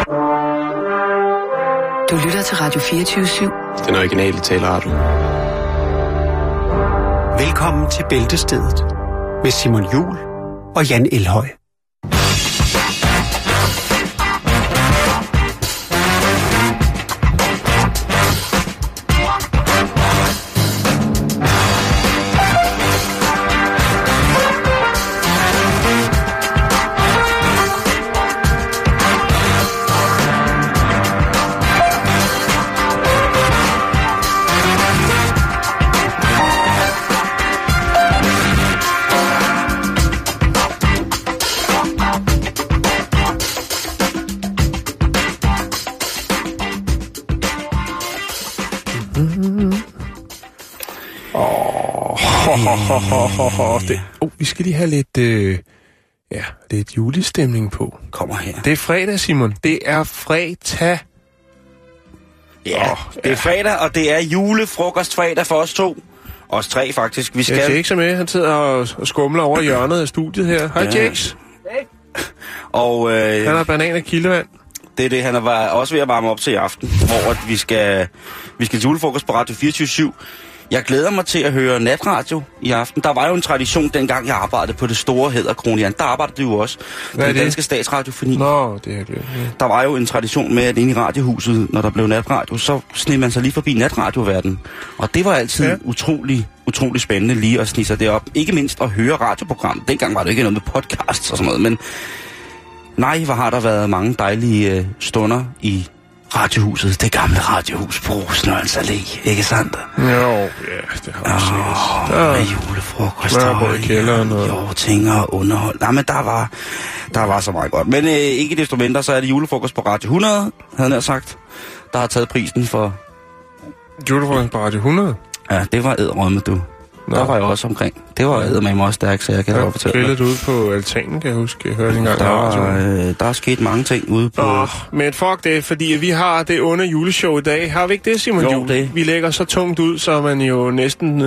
Du lytter til Radio 24/7. Den originale taleradio. Velkommen til Bæltestedet med Simon Juhl og Jan Elhøj. Vi skal lige have lidt julestemning på. Kommer her. Det er fredag, Simon. Det er fredag. Ja, det er fredag, og det er julefrokostfredag for os to. Os tre, faktisk. Vi skal... Ja, Jakes er med. Han sidder og skumler over hjørnet af studiet her. Hej, Jakes. Hey. Og han har banan og kildevand. Det er det, han var også ved at varme op til i aften, hvor vi skal julefrokost på Radio 24/7. Jeg glæder mig til at høre natradio i aften. Der var jo en tradition, dengang jeg arbejdede på det store Hæderkronjern. Der arbejdede du jo også. Den danske statsradiofoni. Nå, det er det. Ja. Der var jo en tradition med, at inde i radiohuset, når der blev natradio, så sneg man sig lige forbi natradioverdenen. Og det var altid utrolig spændende lige at snige sig derop. Ikke mindst at høre radioprogrammet. Dengang var det ikke noget med podcasts og sådan noget, men nej, hvor har der været mange dejlige stunder i radiohuset, det gamle radiohus på Rosenørns Allé, ikke sandt? Jo, ja, det har vi set. Med julefrokost og kælderen og... Jo, ting og underhold. Nej, men der var så meget godt. Men ikke desto mindre, så er det julefrokost på Radio 100, havde jeg sagt. Der har taget prisen for... Julefrokost på Radio 100? Ja, det var edderrømme, du. Der var jeg også omkring. Det var eddermame også stærkt, så jeg kan godt fortælle dig. Grillet ude på altanen, kan jeg huske. Jeg hørte engang der er sket mange ting ude på... Men fuck det, fordi vi har det under juleshow i dag. Har vi ikke det, Simon Juhl? Det. Vi lægger så tungt ud, så man jo næsten...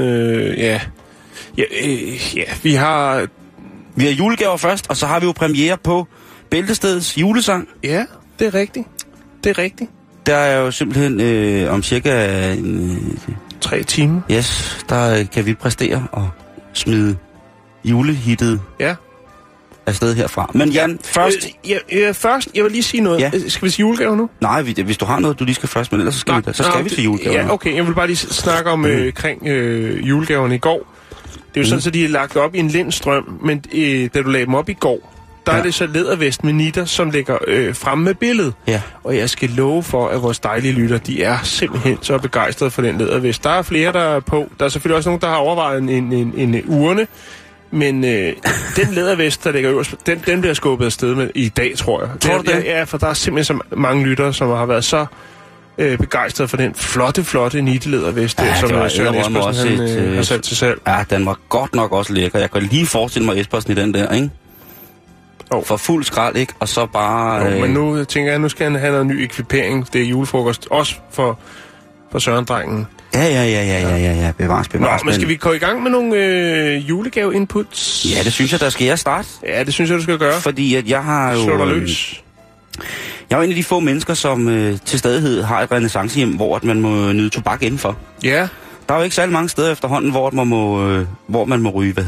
vi har... Vi har julegaver først, og så har vi jo premiere på Bæltestedets julesang. Ja, det er rigtigt. Det er rigtigt. Der er jo simpelthen om cirka... 3 timer. Yes, der kan vi præstere og smide julehittet afsted herfra. Men Jan, først... jeg vil lige sige noget. Ja. Skal vi sige julegave nu? Nej, hvis du har noget, du lige skal først, men ellers så skal vi til julegave. Ja, okay. Jeg vil bare lige snakke om kring julegaverne i går. Det er jo sådan, at de er lagt op i en lindstrøm, men da du lagde dem op i går, der er det så lædervest med nitter, som ligger fremme med billedet. Ja. Og jeg skal love for, at vores dejlige lytter, de er simpelthen så begejstrede for den lædervest. Der er flere, der er på. Der er selvfølgelig også nogen, der har overvejet en urne. Men den lædervest, der ligger øverst, den bliver skubbet afsted med i dag, tror jeg. Tror du det? Ja, for der er simpelthen så mange lyttere, som har været så begejstret for den flotte nittelædervest, som Søren Espersen har sat til salg. Ja, den var godt nok også lækker. Jeg kan lige forestille mig Espersen i den der, ikke? For fuld skrald, ikke? Og så bare... men nu tænker jeg, nu skal han have noget ny ekvipering. Det er julefrokost, også for Søren-drengen. Ja. Bevares. Nå, men skal vi gå i gang med nogle julegave-inputs? Ja, det synes jeg, der skal jeg starte. Ja, det synes jeg, du skal gøre. Fordi at jeg har jo... Slå dig løs. Jeg er jo en af de få mennesker, som til stadighed har et renaissancehjem, hvor man må nyde tobak indenfor. Ja. Der er jo ikke særlig mange steder efterhånden, hvor man må ryge,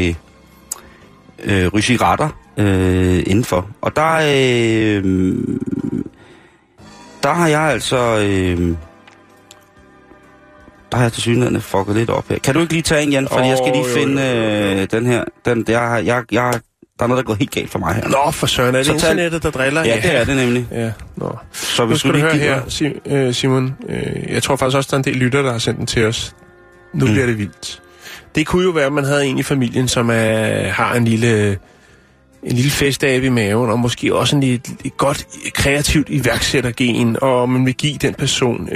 ryge cigaretter indenfor. Og der har jeg altså... der har jeg tilsyneladende fucket lidt op her. Kan du ikke lige tage en, Jan? Fordi jeg skal lige finde den her. Der er noget, der er gået helt galt for mig her. Nå, for søren. Er det internettet, der driller? Ja, det er det nemlig. Ja, nå. Så nu skal du høre her, Simon. Jeg tror faktisk også, der er en del lytter, der har sendt den til os. Nu bliver det vildt. Det kunne jo være, at man havde en i familien, som har en lille festabe i maven, og måske også et godt kreativt iværksættergen, og man vil give den person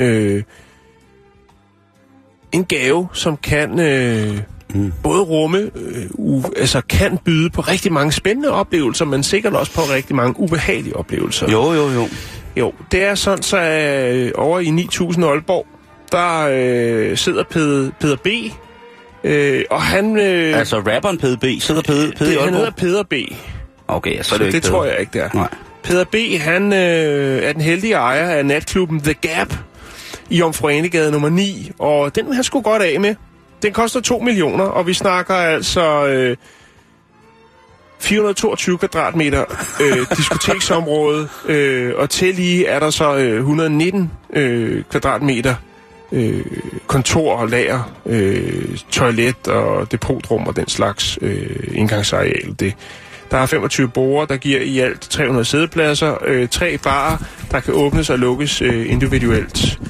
en gave, som kan både rumme, kan byde på rigtig mange spændende oplevelser, men sikkert også på rigtig mange ubehagelige oplevelser. Jo, det er sådan, så over i 9000 Aalborg, der sidder Peder B., og han... altså rapperen Peder B. sidder Peder i Aalborg? Han hedder Peder B. Okay, så er det ikke det tror jeg ikke, det er. Nej. Peder B., han er den heldige ejer af natklubben The Gap i Jomfru Anegade nummer 9, og den vil han sgu godt af med. Den koster 2 millioner, og vi snakker altså 422 kvadratmeter diskoteksområde, og til lige er der så 119 kvadratmeter kontor og lager, toilet og depotrum og den slags indgangsareal. Der er 25 borde, der giver i alt 300 sædepladser, 3 barer, der kan åbnes og lukkes individuelt.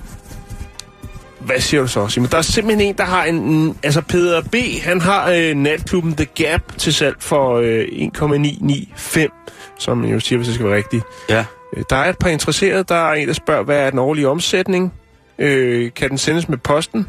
Hvad siger du så, Simon? Der er simpelthen en, der har altså Peder B., han har natklubben The Gap til salg for 1,995, som man jo siger, hvis det skal være rigtigt. Ja. Der er et par interesserede. Der er en, der spørger, hvad er den årlige omsætning? Kan den sendes med posten?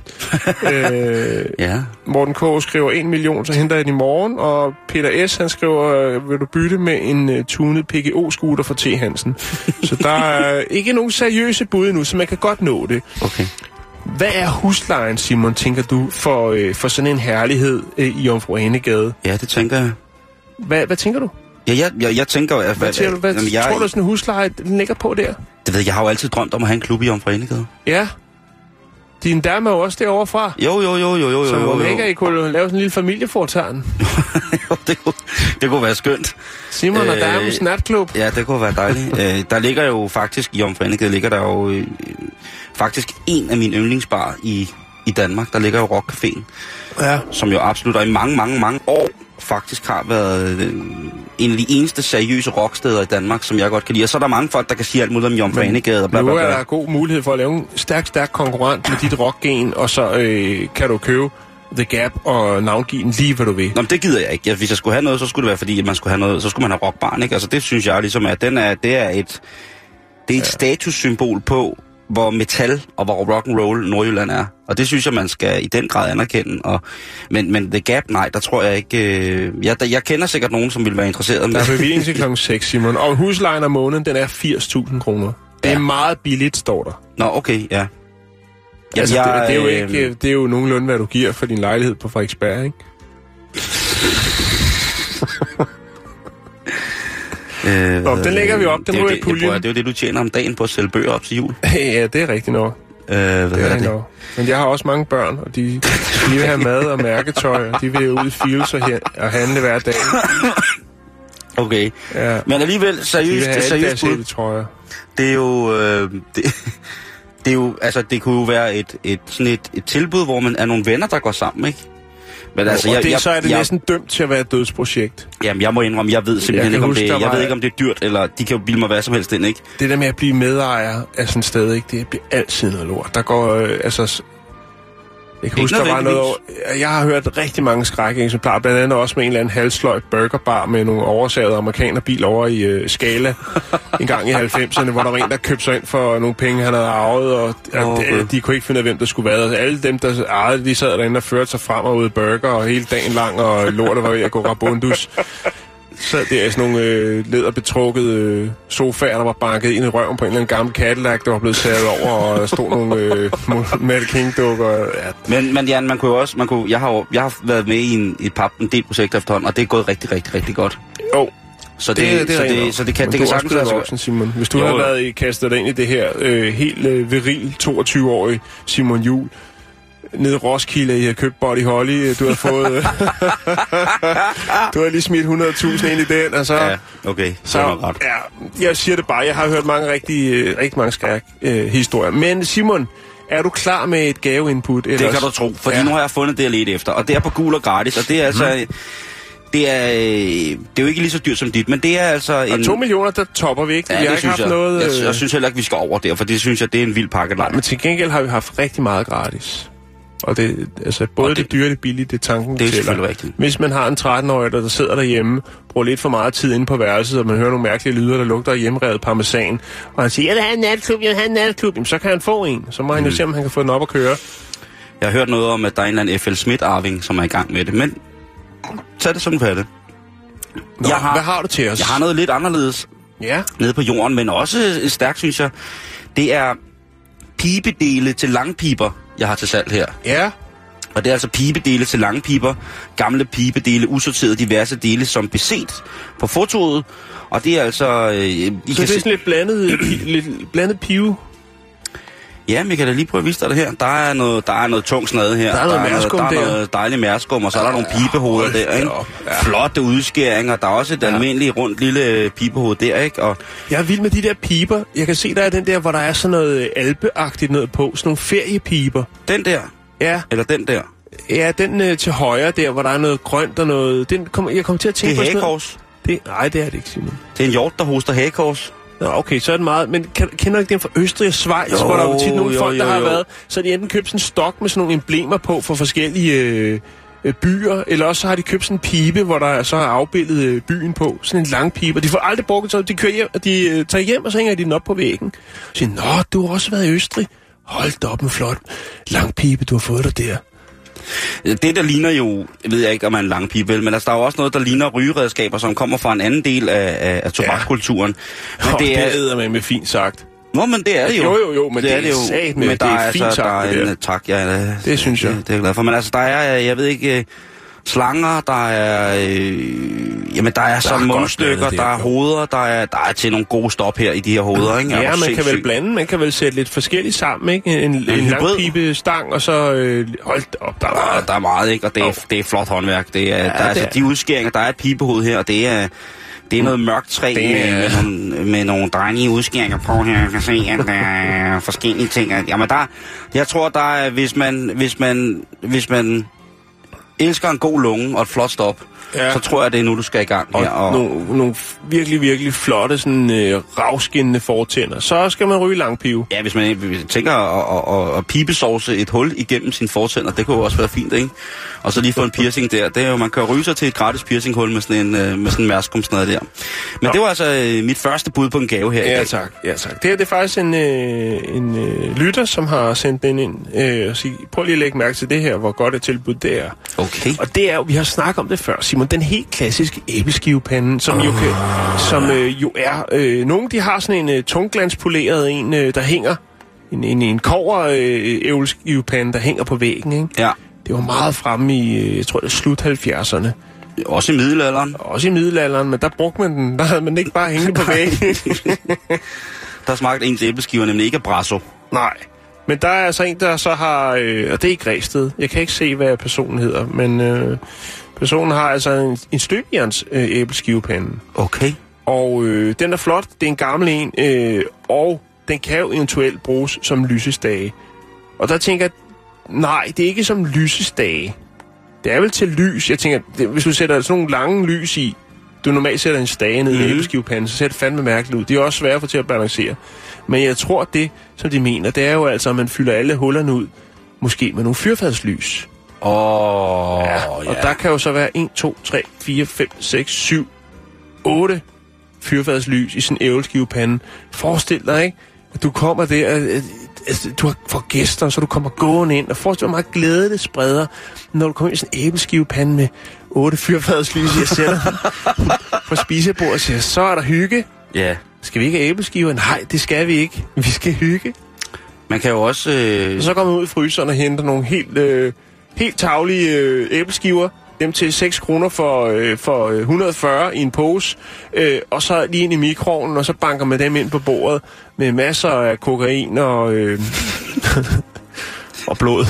Ja. Morten K. skriver 1 million, så henter jeg den i morgen. Og Peter S., han skriver, vil du bytte med en tunet PGO-scooter for T. Hansen? Så der er ikke nogen seriøse bud endnu, så man kan godt nå det. Okay. Hvad er huslejen, Simon, tænker du, for sådan en herlighed i Jomfru Anegade? Ja, det tænker jeg. Hvad tænker du? Ja, jeg tænker... Hvad tror du, sådan en husleje den ligger på der? Det ved jeg har jo altid drømt om at have en klub i Jomfru Anegade. Ja. Din dame er jo også derovre fra. Jo. Så må man ikke kunne lave sådan en lille familiefortegn? Jo, det kunne være skønt. Simon og damens natklub. Ja, det kunne være dejligt. Der ligger jo faktisk, i Jomfru Anegade ligger der jo faktisk en af mine yndlingsbarer i Danmark. Der ligger jo Rock Caféen. Ja. Som jo absolut, og i mange år faktisk har været en af de eneste seriøse rocksteder i Danmark, som jeg godt kan lide. Og så er der mange folk, der kan sige alt muligt om Jomfru Anegade og bla bla bla. Nu er der god mulighed for at lave en stærk konkurrent med dit rockgen, og så kan du købe The Gap og navngive den lige, hvad du vil. Nå, men det gider jeg ikke. Hvis jeg skulle have noget, så skulle det være, fordi man skulle have noget, så skulle man have rockbarn, ikke? Altså det synes jeg ligesom, at det er et statussymbol på, hvor metal og hvor rock and roll Nordjylland er. Og det synes jeg, man skal i den grad anerkende. Men The Gap, nej, der tror jeg ikke... Jeg kender sikkert nogen, som vil være interesseret. Der er bevilling til klokken 6, Simon. Og huslejen om måneden, den er 80.000 kroner. Det er meget billigt, står der. Nå, okay, ja. Altså, det er jo ikke... Det er jo nogenlunde, hvad du giver for din lejlighed på Frederiksberg, ikke? Den lægger vi op, den ryger i puljen. Det er jo det, du tjener om dagen på at sælge bøger op til jul. Ja, det er rigtigt nok. Men jeg har også mange børn, og de vil have mad og mærketøj, og de vil ud i Fields og handle hver dag. Okay, ja. Men alligevel seriøst bud. Det er jo... det er jo, altså det kunne jo være et tilbud, hvor man er nogle venner, der går sammen, ikke? Men altså, så er det næsten dømt til at være et dødsprojekt. Jamen, jeg må indrømme, jeg ved simpelthen ikke, om det er. Jeg ved ikke, om det er dyrt, eller de kan jo bilde mig hvad som helst ind, ikke? Det der med at blive medejer af sådan et sted, ikke? Det bliver altid noget lort. Der går, jeg kan huske, der var noget over... Jeg har hørt rigtig mange skrækeksemplar, blandt andet også med en eller anden halvsløj burgerbar med nogle oversavede amerikanerbil over i Skala en gang i 90'erne, hvor der var en, der købte sig ind for nogle penge, han havde arvet, og de kunne ikke finde ud af, hvem der skulle være. Alle dem, der ejede, de sad derinde og førte sig frem og ud burger, og hele dagen lang, og lortet var ved at gå rabundus. Så det er sådan nogle læderbetrukkede sofaer, der var banket ind i røven på en eller anden gammel Cadillac, der var blevet sat over, og der stod nogle Mette King-dukker. Ja. Men Jan, man kunne jo også... Jeg har været med i en del projekter efterhånden, og det er gået rigtig, rigtig, rigtig godt. Jo. Så det kan sagtens være voksen, Simon. Hvis du har været kastet dig ind i det her helt viril 22-årige Simon Juhl, nede i Roskilde, I har købt Body Holly, du har fået... du har lige smidt 100.000 ind i den, og så... Ja, okay. Så ret. Ja, jeg siger det bare, jeg har hørt rigtig mange skræk-historier. Men Simon, er du klar med et gaveinput? Det kan du tro, fordi nu har jeg fundet det, jeg ledte efter, og det er på gul og gratis, og det er altså... Det er jo ikke lige så dyrt som dit, men det er altså en... 2 millioner, der topper vi ikke. Ja, vi har ikke haft noget... Jeg synes heller ikke, vi skal over der, for det synes jeg, det er en vild pakke. Nej, men til gengæld har vi haft rigtig meget gratis. Og det, altså både det dyre og det billige, det er tanken. Det er selvfølgelig rigtigt. Hvis man har en 13-årig, der sidder derhjemme, bruger lidt for meget tid inde på værelset, og man hører nogle mærkelige lyder, der lugter af hjemrevet parmesan, og han siger, jeg vil have en natklub, jamen så kan han få en. Så må han jo se, om han kan få den op at køre. Jeg har hørt noget om, at der er en eller anden F.L. Schmidt-arving, som er i gang med det, men tag det sådan på det. Hvad har du til os? Jeg har noget lidt anderledes nede på jorden, men også stærkt, synes jeg. Det er pibedele til langpiber, jeg har til salg her. Ja. Og det er altså pibedele til lange piber, gamle pibedele, usorterede diverse dele, som beset på fotoet. Og det er altså... Så det er sådan lidt blandet pive? Ja, men jeg kan da lige prøve at vise dig det her. Der er noget tung snade her. Der er noget dejligt mærskum, og så er der nogle pibehoveder der, ikke? Ja. Flotte udskæringer. Der er også et almindeligt rundt lille pibehoved der, ikke? Og jeg er vild med de der piber. Jeg kan se, der er den der, hvor der er sådan noget alpeagtigt noget på. Sådan nogle feriepiber. Den der? Ja. Eller den der? Ja, den til højre der, hvor der er noget grønt og noget... Jeg kommer til at tænke på sådan hagekors? Nej, det er det ikke, Simon. Det er en hjort, der hoster hagekors. Nå, okay, så er det meget... Men kender du ikke den fra Østrig og Schweiz, hvor der er jo tit nogle folk, der har været... Så har de enten købt sådan en stok med sådan nogle emblemer på for forskellige byer, eller også så har de købt sådan en pibe, hvor der så er afbildet byen på. Sådan en lang pibe. Og de får aldrig brugt så de kører hjem, og de tager hjem, og så hænger de den op på væggen. Og siger, nå, du har også været i Østrig. Hold da op en flot lang pibe, du har fået dig der. Det, der ligner jo, jeg ved ikke, om man er en lang pibe, men der er jo også noget, der ligner rygeredskaber, som kommer fra en anden del af tobakskulturen. Men det er med fint sagt. Nå, men det er det jo. Jo, men det er det jo. Sat med, men det er fint sagt, tak, ja. Det synes jeg. Det er jeg glad for. Men altså, der er, jeg ved ikke, slanger, der er, der er sådan mundstykker, der er hoveder, der er til nogle gode stop her i de her hoveder, ikke? Ja, man kan vel blande, man kan vel sætte lidt forskelligt sammen, ikke? En lang pibe stang, og så hold op, der er meget, ikke? Og det er flot håndværk. Der er altså de udskæringer, der er et pibehoved her, og det er noget mørkt træ med nogle drejende udskæringer på her. Jeg kan se, at der er forskellige ting. Jamen jeg tror, der er, hvis man elsker en god lunge og et flot stop, så tror jeg, det er nu, du skal i gang her. Og nogle virkelig, virkelig flotte, sådan ravskinnende fortænder. Så skal man ryge lang pive. Ja, hvis man tænker at pibesovse et hul igennem sine fortænder, det kunne jo også være fint, ikke? Og så lige få en piercing der. Det er jo, man kan ryge sig til et gratis piercinghul med sådan en mærskumsnade der. Men det var altså mit første bud på en gave her i dag. Ja, tak. Det er faktisk en lytter, som har sendt den ind og sige, prøv lige at lægge mærke til det her, hvor godt et tilbud det er. Okay. Og det er jo, vi har snakket om det før, Simon, den helt klassiske æbleskivepande, som jo er... nogle, de har sådan en tungglanspoleret en, der hænger, en kover æbleskivepande, der hænger på væggen, ikke? Ja. Det var meget fremme i, jeg tror det er slut 70'erne. Også i middelalderen? Også i middelalderen, men der brugte man den. Der havde man ikke bare hængende på væggen. Der smagte ens æbleskiver nemlig ikke af Brasso. Nej. Men der er altså en, der så har... og det er ikke Græsted. Jeg kan ikke se, hvad personen hedder, men personen har altså en støbjerns æbleskivepande. Okay. Og den er flot. Det er en gammel en, og den kan jo eventuelt bruges som lysestage. Og der tænker jeg, nej, det er ikke som lysestage. Det er vel til lys. Jeg tænker, hvis du sætter sådan nogle lange lys i, du normalt sætter en stage ned i æbleskivepanden, så ser det fandme mærkeligt ud. Det er også svært at få til at balancere. Men jeg tror, det, som de mener, det er jo altså, at man fylder alle hullerne ud, måske med nogle fyrfadslys. Og der kan jo så være 1, 2, 3, 4, 5, 6, 7, 8 fyrfadslys i sådan en æbleskivepande. Forestil dig, ikke? At du kommer der, du får gæster, så du kommer gående ind, og forestil dig, hvor meget glæde det spreder, når du kommer i sådan en æbleskivepande med 8 fyrfadslys, jeg sætter på spisebordet og siger, så er der hygge. Ja. Skal vi ikke have æbleskiver? Nej, det skal vi ikke. Vi skal hygge. Man kan jo også... Og så kommer man ud i fryseren og henter nogle helt taglige æbleskiver. Dem til 6 kroner for 140 i en pose. Og så lige ind i mikroovnen, og så banker man dem ind på bordet med masser af kokain og, og blod.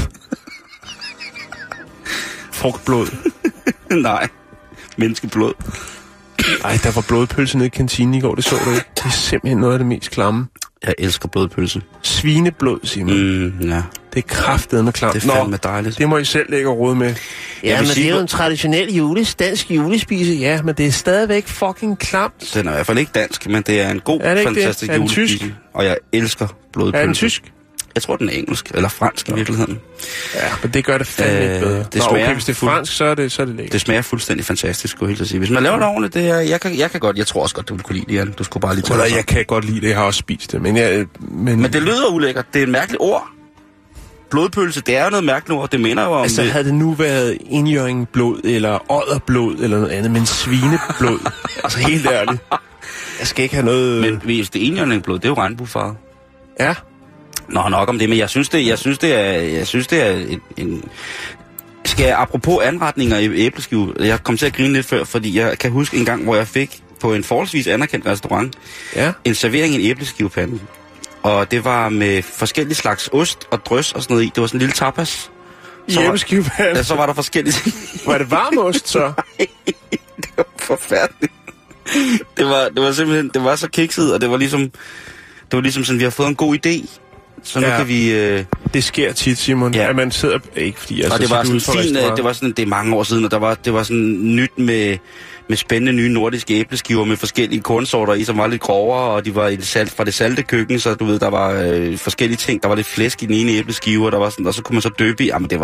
Frugtblod. Nej, menneskeblod. Ej, der var blodpølse nede i kantinen i går, det så du ikke. Det er simpelthen noget af det mest klamme. Jeg elsker blodpølse. Svineblod, Simon. Ja. Det er kraftedeme klamt. Det er fandme dejligt. Det må I selv lægge og rode med. Ja, men det er jo en traditionel dansk julespise, ja, men det er stadigvæk fucking klamt. Den er i hvert fald ikke dansk, men det er en god, fantastisk julespise. Tysk? Og jeg elsker blodpølse. Er den tysk? Jeg tror, den er engelsk, eller fransk i virkeligheden. Ja, men det gør det fandme ikke bedre. Det smager, okay, hvis det er fransk, så er det lækkert. Det smager fuldstændig fantastisk, skulle jeg helt sige. Hvis man laver det ordentligt, det er, jeg kan godt, jeg tror også godt, du vil kunne lide det, Jan. Du skulle bare lige tage det. Jeg kan godt lide det, jeg har også spist det, men det lyder ulækkert. Det er et mærkeligt ord. Blodpølse, det er jo noget mærkeligt ord, det mener jo om... Altså, havde det nu været indjøringblod, eller odderblod, eller noget andet, men svineblod. Altså, helt ærligt. Jeg skal ikke have noget... Men hvis det er indjøringblod, det er jo regnbuefarvet. Ja. Nå, nok om det, men jeg synes det er apropos anretninger i æbleskive, jeg kom til at grine lidt før, fordi jeg kan huske en gang, hvor jeg fik på en forholdsvis anerkendt restaurant en servering i en æbleskivepande. Og det var med forskellige slags ost og drøs og sådan noget i. Det var sådan en lille tapas. I æbleskivepande? Ja, så var der forskellige ting. Var det varm ost, så? Nej, det var forfærdeligt. Det var simpelthen, det var så kikset, og det var ligesom sådan, vi har fået en god idé. Så nu kan vi... Det sker tit, Simon, at man sidder... Ikke fordi jeg... Og det var sådan fint, det var sådan, det er mange år siden, og det var sådan nyt med spændende nye nordiske æbleskiver med forskellige kornsorter i, som var lidt grovere, og de var fra det salte køkken, så du ved, der var forskellige ting. Der var lidt flæsk i den ene æbleskive, og der var sådan, og så kunne man så døbe i. Jamen, det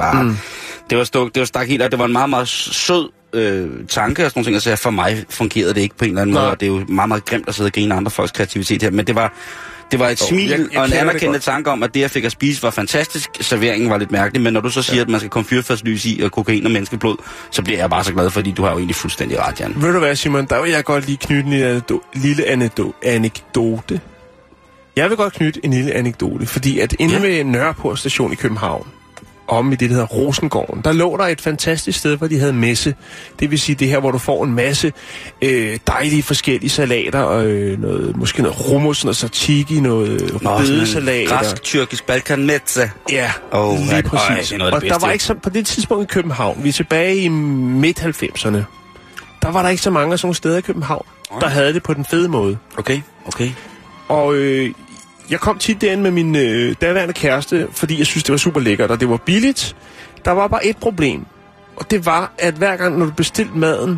var stak helt, og det var en meget, meget sød tanke og sådan nogle ting, altså for mig fungerede det ikke på en eller anden måde, og det er jo meget, meget grimt at sidde og grine andre folks kreativitet her, men det var et smil og en anerkendende tanke om, at det, jeg fik at spise, var fantastisk. Serveringen var lidt mærkelig, men når du så siger, at man skal komme fyrfærdslys i og kokain og menneskeblod, så bliver jeg bare så glad, fordi du har jo egentlig fuldstændig ret, Jan. Ved du hvad, Simon? Der vil jeg godt lige knytte en lille anekdote. Jeg vil godt knytte en lille anekdote, fordi at inde ved Nørreport station i København, om i det, der hedder Rosengården, der lå der et fantastisk sted, hvor de havde messe. Det vil sige det her, hvor du får en masse dejlige forskellige salater, og måske noget hummus, noget tzatziki, noget rødbedesalat. Græsk, tyrkisk, balkanmezza. Ja, lige præcis. Og der var ikke så, på det tidspunkt i København, vi er tilbage i midt-90'erne, der var der ikke så mange af sådan nogle steder i København, der havde det på den fede måde. Okay. Og jeg kom tit derind med min daværende kæreste, fordi jeg synes, det var super lækkert, og det var billigt. Der var bare et problem, og det var, at hver gang, når du bestilte maden,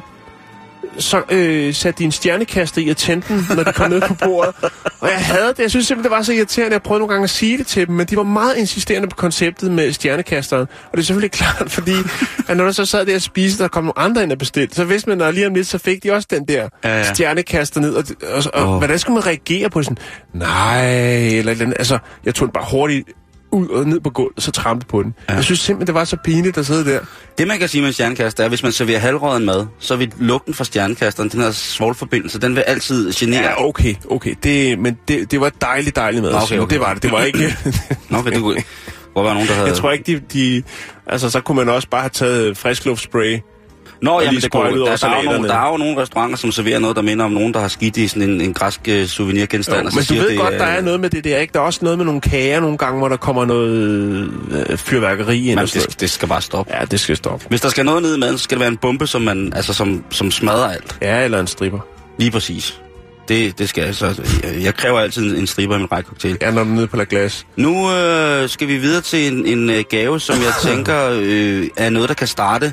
så satte de en stjernekaster i og tændte den, når de kom ned på bordet. Og jeg havde det. Jeg synes simpelthen, det var så irriterende. Jeg prøvede nogle gange at sige det til dem, men de var meget insisterende på konceptet med stjernekasteren. Og det er selvfølgelig klart, fordi at når der så sad der og spiste, der kom nogle andre ind og bestilte, så vidste man, at lige om lidt, så fik de også den der stjernekaster ned. Og hvordan skulle man reagere på sådan? Nej, eller et eller andet. Altså, jeg tog den bare hurtigt ud og ned på gulvet, så trampede på den. Ja. Jeg synes simpelthen, det var så pinligt at sidde der. Det, man kan sige med en stjernekaster, er, at hvis man serverer halvråden mad, så vil lugten fra stjernekasteren, den her svovlforbindelse, den vil altid genere. Ja, okay. Men det var dejligt mad. Okay. Det var det. Det var ikke... Okay, det kunne... Hvor var nogen, der havde... Jeg tror ikke, altså, så kunne man også bare have taget friskluftspray. Nå, jamen det går. Der er jo nogle restauranter, som serverer noget, der minder om nogen, der har skidt i sådan en græsk souvenirgenstand. Men du ved godt, der er noget med det der, ikke? Der er også noget med nogle kager nogle gange, hvor der kommer noget fyrværkeri ind. Men det skal bare stoppe. Ja, det skal stoppe. Hvis der skal noget ned i maden, så skal det være en bombe, som smadrer alt. Ja, eller en stripper. Lige præcis. Det skal jeg. Så jeg kræver altid en stripper i min rejcocktail. Ja, når du er nede på La Glace. Nu skal vi videre til en gave, som jeg tænker er noget, der kan starte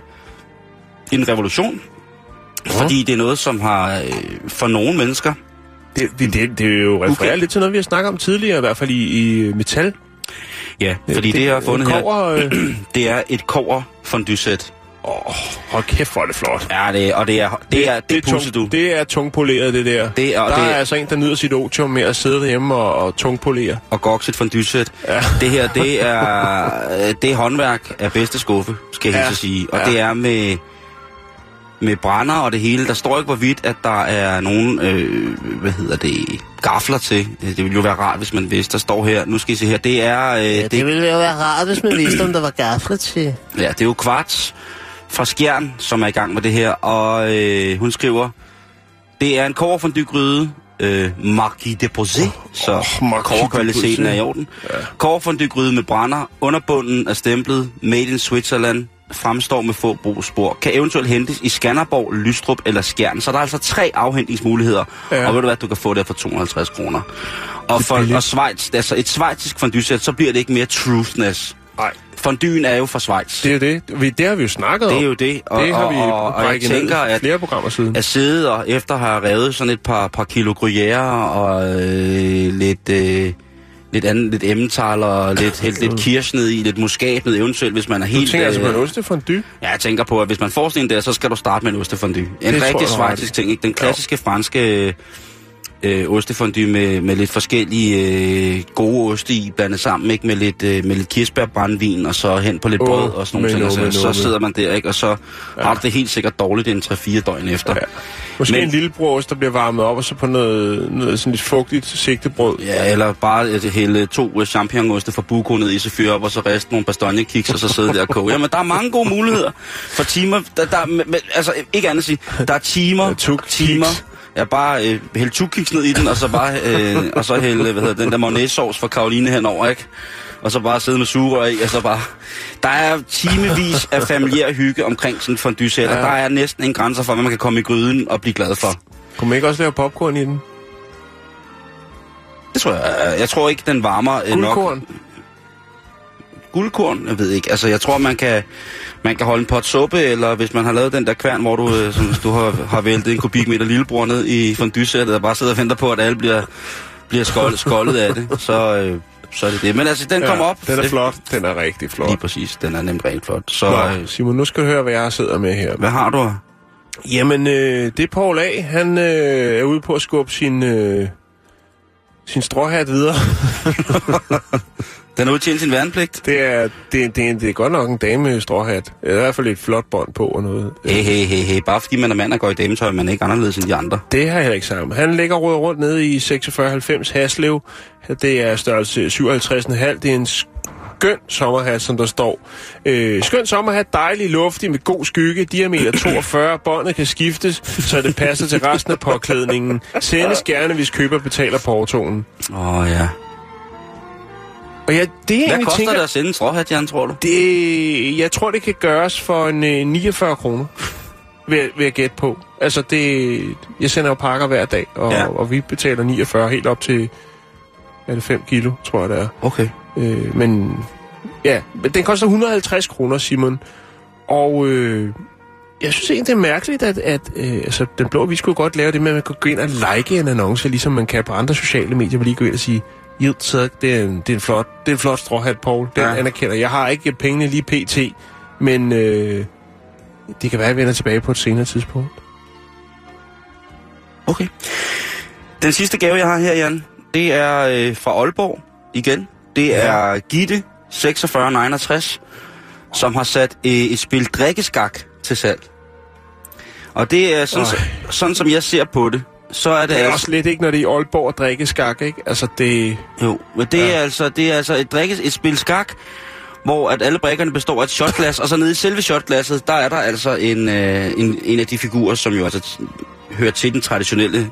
en revolution, fordi det er noget, som har for nogle mennesker... Det er jo refereret lidt til noget, vi har snakket om tidligere, i hvert fald i metal. Ja, fordi det jeg har fundet her, det er et kobberfondysæt. Hold kæft, hvor er det flot. Ja, det er pusset. Det er tungpoleret, det der. Der er altså en, der nyder sit otium med at sidde derhjemme og tungpolere. Og gokse et fondysæt. Ja. Det her, det er håndværk af bedste skuffe, skal jeg helt sige. Og det er med brænder og det hele. Der står ikke, hvorvidt, at der er nogen, gafler til. Det ville jo være rart, hvis man vidste. Der står her, nu skal I se her, det er... det ville jo være rart, hvis man vidste, om der var gafler til. Ja, det er jo Kvarts fra Skjern, som er i gang med det her. Og hun skriver, det er en kobberfondygryde, Marquis de Posé, så kobberkvaliteten er i orden. Ja. Kobberfondygryde med brænder, underbunden er stemplet Made in Switzerland, fremstår med få brugsspor, kan eventuelt hentes i Skanderborg, Lystrup eller Skjern. Så der er altså 3 afhentningsmuligheder, og ved du hvad, du kan få det for 250 kroner. Og Schweiz, altså et schweizisk fondysæt, så bliver det ikke mere truthness. Nej. Fondyen er jo fra Schweiz. Det er jo det. Det har vi jo snakket om. Det er jo det. Og jeg tænker, at flere programmer siden. At sidde og efter have revet sådan et par kilo gruyère og lidt emmental og lidt kirsch ned i, lidt muskat ned eventuelt, hvis man er helt... Du tænker altså på en ostefondue? Ja, jeg tænker på, at hvis man får sådan en der, så skal du starte med en ostefondue. En rigtig schweizisk ting, ikke? Den klassiske franske ostefondue med lidt forskellige gode oste i, blandet sammen, ikke, med lidt kirsebærbrændvin, og så hen på lidt brød og sådan nogle ting. Så sidder man der, ikke, og så har det helt sikkert dårligt en 3-4 døgn efter. Ja. Måske en lille brost, der bliver varmet op, og så på noget sådan lidt fugtigt sigtebrød. Ja, eller bare hælde 2 champignonoste fra Buko ned i, så fyre op, og så riste nogle bastogne-kiks, og så sidde der og koge. Jamen, der er mange gode muligheder for timer. Altså, ikke andet at sige, der er timer. Ja, bare hælde 2 kiks ned i den, og så bare og så hælde, den der mayonnaise-sovs fra Karoline henover, ikke? Og så bare sidde med sugerør i, og så bare... Der er timevis af familiær hygge omkring sådan en fondue-sæt, og der er næsten en grænser for, hvad man kan komme i gryden og blive glad for. Kunne man ikke også lave popcorn i den? Det tror jeg. Jeg tror ikke, den varmer Guldkorn? Nok. Guldkorn? Jeg ved ikke. Altså, jeg tror, man kan holde en pot suppe, eller hvis man har lavet den der kværn, hvor du har væltet en kubikmeter lillebror ned i fondue-sættet, og bare sidder og venter på, at alle bliver skoldet af det, så er det det. Men altså, den kommer op. Den er flot. Den er rigtig flot. Lige præcis. Den er nemt rigtig flot. Så, Simon, nu skal du høre, hvad jeg sidder med her. Hvad har du? Jamen, det er Poul A. Han er ude på at skubbe sin stråhat videre. Den er udtjent sin værnepligt. Det er godt nok en dame stråhat. Det er i hvert fald et flot bånd på og noget. Hey. Bare fordi man er mand og går i dametøj, man er ikke anderledes end de andre. Det har jeg ikke sagt. Han ligger rundt nede i 4690 Haslev. Det er størrelse 57,5. Det er en skøn sommerhat, som der står. Skøn sommerhat, dejlig, luftig, med god skygge, diameter 42. Båndet kan skiftes, så det passer til resten af påklædningen. Sendes gerne, hvis køber betaler portoen. Ja. Og ja, det hvad koster det at sende en stråhat, Jan, tror du? Jeg tror, det kan gøres for en 49 kroner, vil jeg gætte på. Altså, jeg sender jo pakker hver dag, og vi betaler 49 helt op til 5 kilo, tror jeg, det er. Okay. Men den koster 150 kroner, Simon. Og jeg synes egentlig, det er mærkeligt, at altså, Den Blå Avis skulle godt lave det med, at man kan gå ind og like en annonce, ligesom man kan på andre sociale medier, hvor lige gå ind og sige, det er en flot stråhat, Poul. Den anerkender. Jeg har ikke pengene lige pt, men det kan være, at jeg vender tilbage på et senere tidspunkt. Okay. Den sidste gave, jeg har her, Jan, det er fra Aalborg igen. Det er Gitte, 4669, som har sat et spil drikkeskak til salg. Og det er sådan som jeg ser på det, så er det også lidt ikke, når det er i Aalborg og drikkeskak, ikke? Altså det... Jo, men det er altså et spil skak, hvor at alle brikkerne består af et shotglas, og så nede i selve shotglasset, der er der altså en af de figurer, som jo altså hører til den traditionelle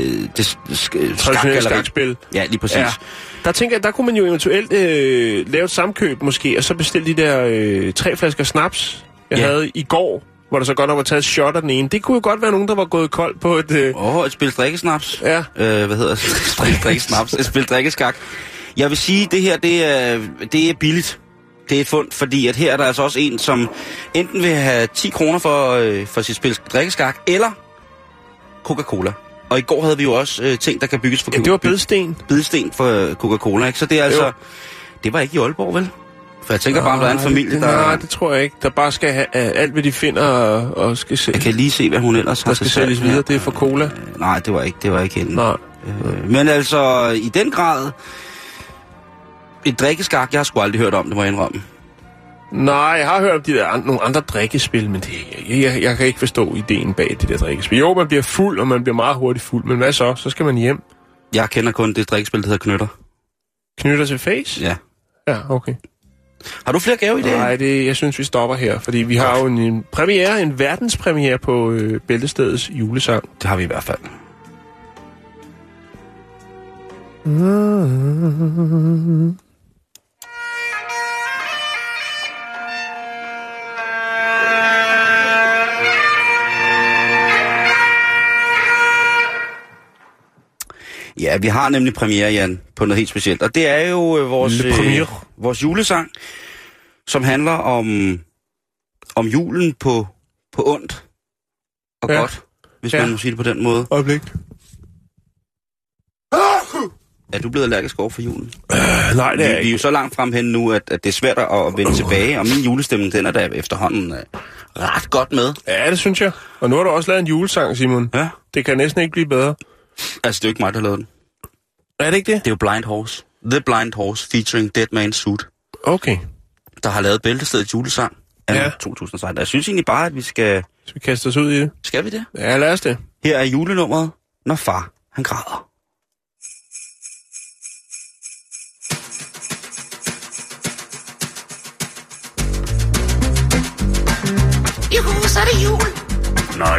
skakspil. Ja, lige præcis. Ja. Der tænker jeg, der kunne man jo eventuelt lave et samkøb måske, og så bestille de der 3 flasker snaps, jeg havde i går, hvor der så godt nok var taget shot af den ene. Det kunne jo godt være nogen, der var gået kold på et... et spil drikkesnaps. Ja. Hvad hedder det? Drikkesnaps. Et spil drikkeskak. Jeg vil sige, det her, det er billigt. Det er et fund, fordi at her er der altså også en, som enten vil have 10 kroner for sit spil drikkeskak, eller Coca-Cola. Og i går havde vi jo også ting, der kan bygges for... Ja, det var bedsten. Bedsten for Coca-Cola, ikke? Så det er altså... Jo. Det var ikke i Aalborg, vel? For jeg tænker bare, om der er en familie, der... Nej, det tror jeg ikke. Der bare skal have alt, hvad de finder og skal se. Jeg kan lige se, hvad hun ellers har. Der skal sælges videre, det er for cola. Nej, det var ikke hende. Nej. Men altså, i den grad... Et drikkeskak, jeg har sgu aldrig hørt om, det må jeg indrømme. Nej, jeg har hørt om nogle andre drikkespil, men jeg kan ikke forstå ideen bag det der drikkespil. Jo, man bliver fuld, og man bliver meget hurtigt fuld, men hvad så? Så skal man hjem. Jeg kender kun det drikkespil, der hedder Knytter. Knytter til face? Ja. Ja, okay. Har du flere gave i det? Nej, jeg synes, vi stopper her, fordi vi har jo en premiere, en verdenspremiere på Bæltestedets julesang. Det har vi i hvert fald. Ja, vi har nemlig premiere, Jan, på noget helt specielt. Og det er jo vores julesang, som handler om julen på ondt og godt, hvis man må sige det på den måde. Øjeblik. Er du blevet allergisk over for julen? Nej, det er ikke. Vi er jo så langt frem hen nu, at det er svært at vende tilbage, og min julestemning, den er der efterhånden ret godt med. Ja, det synes jeg. Og nu har du også lavet en julesang, Simon. Ja. Det kan næsten ikke blive bedre. Altså, det er jo ikke mig, der har lavet den. Er det ikke det? Det er jo Blind Horse. The Blind Horse featuring Dead Man's Suit. Okay. Der har lavet Bæltestedets julesang af 2016. Jeg synes egentlig bare, at vi skal... Skal vi kaste os ud i det? Skal vi det? Ja, lad os det. Her er julenummeret, Når far, han græder. Juhu, så er det jul. Nej.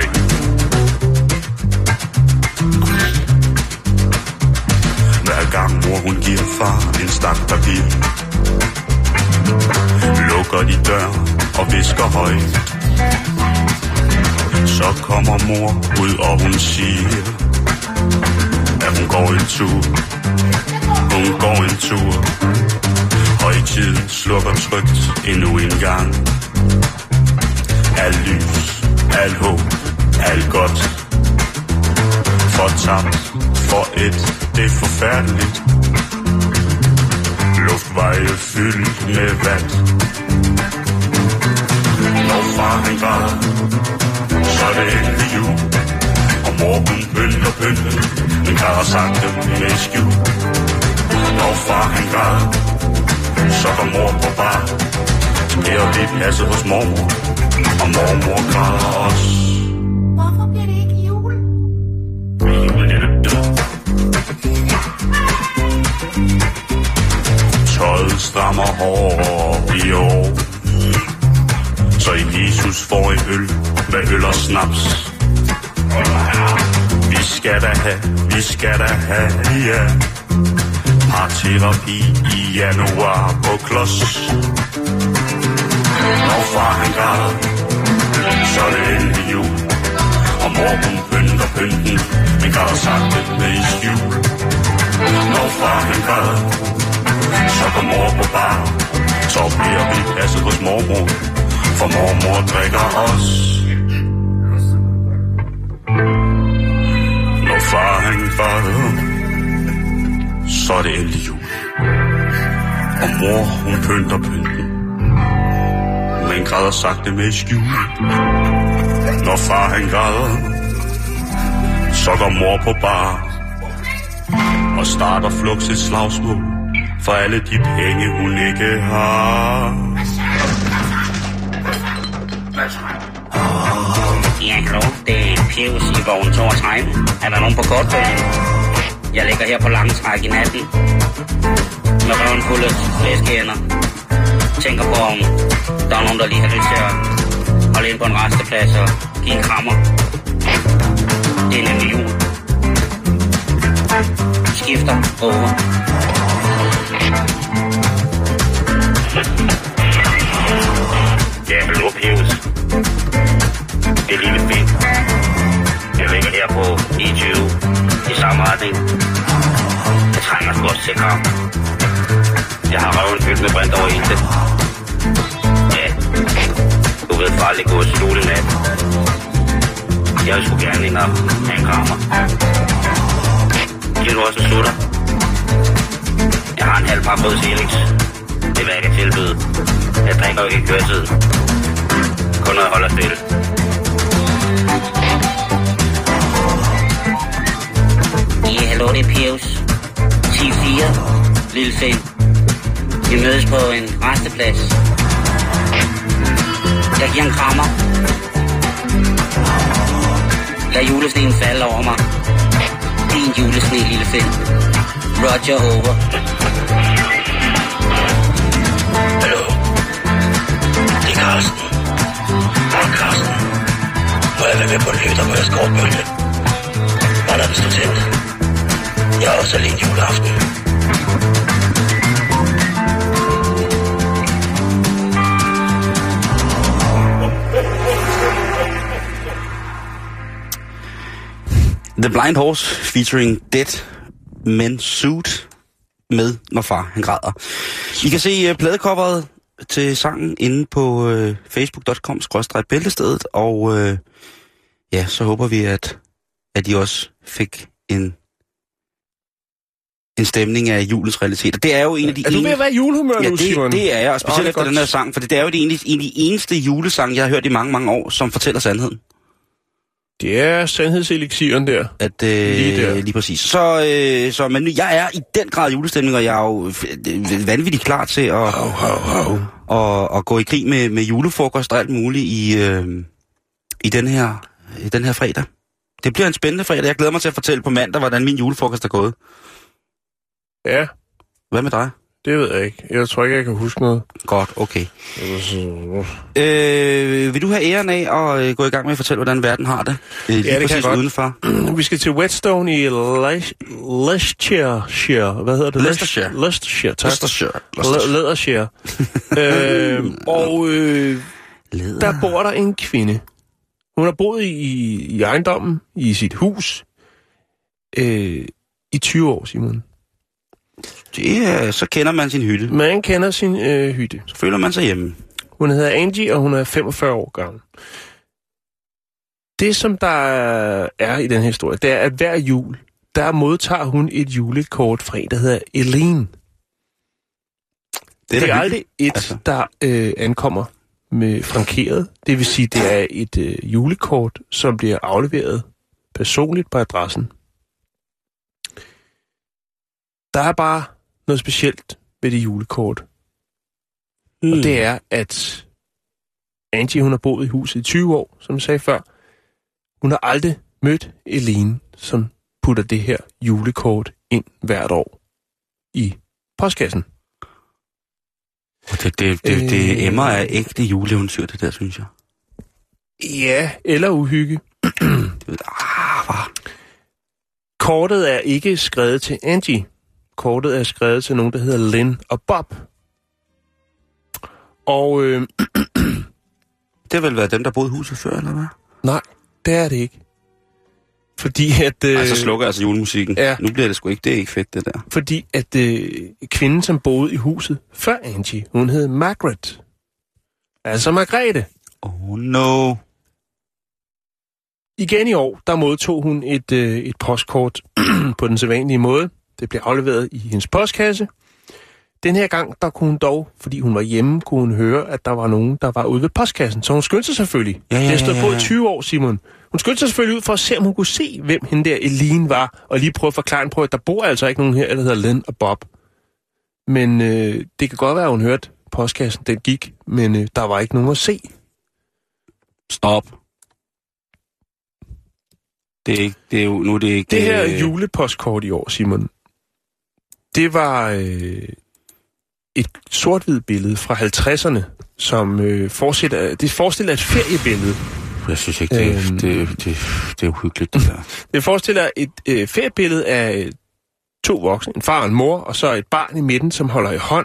Hver gang mor hun giver far en stak papir, lukker de dør og visker højt, så kommer mor ud og hun siger, at hun går en tur. Hun går en tur. Højtiden slukker trygt endnu en gang. Alt lys, alt håb, alt godt fortabt for det er forfærdeligt. Luftveje fyldt med vand. Når far han græder, så er det endelig jul. Og mor hun pynter, men græder sagte med skjul. Når far han græder, så går mor på bar. Så bliver vi passet hos mormor, og mormor græder også. Hvorfor bliver det ikke jul? Julen er død. Tøjet strammer hårdt i år, så Jesus får en øl med øl og snaps. Vi skal da have, ja. Parterapi i januar på klods. Når far han græder, så er det endelig jul. Og mor hun pynter pynten, men græder sagte med i skjul. Når far han græder, så går mor på bar. Så bliver vi passet hos mormor, for mormor drikker os. Når far han græder, så er det endelig jul. Og mor hun pynter pynten, men græder sagte med skjul. Når far han græder, så går mor på bar og starter fluks et slagsmål for alle de penge hun ikke har. Ja, hallo, det er Pius i vogn 32. Er der nogen på kortbølgen? Jeg ligger her på Langtræk i natten med røven fuld af flæskehænder. Tænker på, om der er nogen, der lige har lyst til at holde ind på en resteplads og give en krammer. Det er nemlig jul. Skifter over. Ja, hallo, Pius. Det er lige lidt fint. Jeg ligger her på E20 i samme retning. Jeg trænger sgu også til kram. Jeg har røven fyldt med brint over hele det. Ja, du ved farligt gå til julenat. Jeg vil sgu gerne ind og have en krammer. Giver du også en sutter? Jeg har en halv par brød Felix. Det er hvad jeg kan tilbyde. Jeg drikker jo ikke i køretiden. Kun når jeg holder stille. Ja, hallo, det er Pius. 10-4, lille Finn. Vi mødes på en resteplads. Jeg giver en krammer. Lad julesneen falde over mig. Din julesne, lille Finn. Roger over. Hallo. Det er Carsten. Hej, Carsten. Må jeg være med på en lytter på jeres kortbølge? Bare lad den stå tændt. Jeg er også alene juleaften. The Blind Horse featuring Dead Man's Suit med Når far han græder. I kan se pladecoveret til sangen inde på facebook.com/bæltestedet, og ja, så håber vi, at I også fik en stemning af julens realiteter. Det er jo en af de... Er du ved at være julehumør nu, Simon? Det er jeg, og specielt efter den her sang, for det er jo en af de eneste julesang, jeg har hørt i mange, mange år, som fortæller sandheden. Det er sandhedselixiren der. Lige præcis. Så men jeg er i den grad julestemning, og jeg er jo vanvittigt klar til at gå i krig med julefrokost og alt muligt i den her fredag. Det bliver en spændende fredag. Jeg glæder mig til at fortælle på mandag, hvordan min julefrokost er gået. Ja. Hvad med dig? Det ved jeg ikke. Jeg tror ikke, jeg kan huske noget. Godt, okay. Vil du have æren af at gå i gang med at fortælle, hvordan verden har det? Ja, det kan jeg godt. Udenfor. Vi skal til Whetstone i Leicestershire. Hvad hedder det? Leicestershire, tak. Leicestershire. Der bor der en kvinde. Hun har boet i ejendommen, i sit hus, i 20 år, Simon. Så kender man sin hytte. Man kender sin hytte. Så føler man sig hjemme. Hun hedder Angie, og hun er 45 år gammel. Det, som der er i den her historie, det er, at hver jul, der modtager hun et julekort fra en, der hedder Elaine. Det er aldrig et, der ankommer med frankeret. Det vil sige, det er et julekort, som bliver afleveret personligt på adressen. Der er bare noget specielt ved det julekort. Og det er, at Angie, hun har boet i huset i 20 år, som jeg sagde før. Hun har aldrig mødt Elaine, som putter det her julekort ind hvert år i postkassen. Det emmer af ægte juleeventyr, det der, synes jeg. Ja, eller uhygge. Kortet er ikke skrevet til Angie. Kortet er skrevet til nogen, der hedder Lynn og Bob. Og det har vel været dem, der boede i huset før, eller hvad? Nej, det er det ikke. Fordi at... så slukker altså julemusikken. Ja. Nu bliver det sgu ikke. Det er ikke fedt, det der. Fordi at kvinden, som boede i huset før Angie, hun hed Margaret. Altså Margrethe. Oh no. Igen i år, der modtog hun et postkort på den sædvanlige måde. Det blev afleveret i hendes postkasse. Den her gang, der kunne hun dog, fordi hun var hjemme, kunne hun høre, at der var nogen, der var ude ved postkassen. Så hun skyndte sig selvfølgelig. Det har stået på i 20 år, Simon. Hun skyndte sig selvfølgelig ud for at se, om hun kunne se, hvem hende der Elaine var, og lige prøve at forklare på, at der bor altså ikke nogen her, der hedder Lynn og Bob. Men det kan godt være, at hun hørte postkassen, den gik, men der var ikke nogen at se. Stop. Det er jo nu det ikke. Det her julepostkort i år, Simon, det var et sort-hvid billede fra 50'erne, som forestiller et feriebillede. Jeg synes ikke, det er uhyggeligt, det der. Det forestiller et feriebillede af 2 voksne, en far og en mor, og så et barn i midten, som holder i hånd.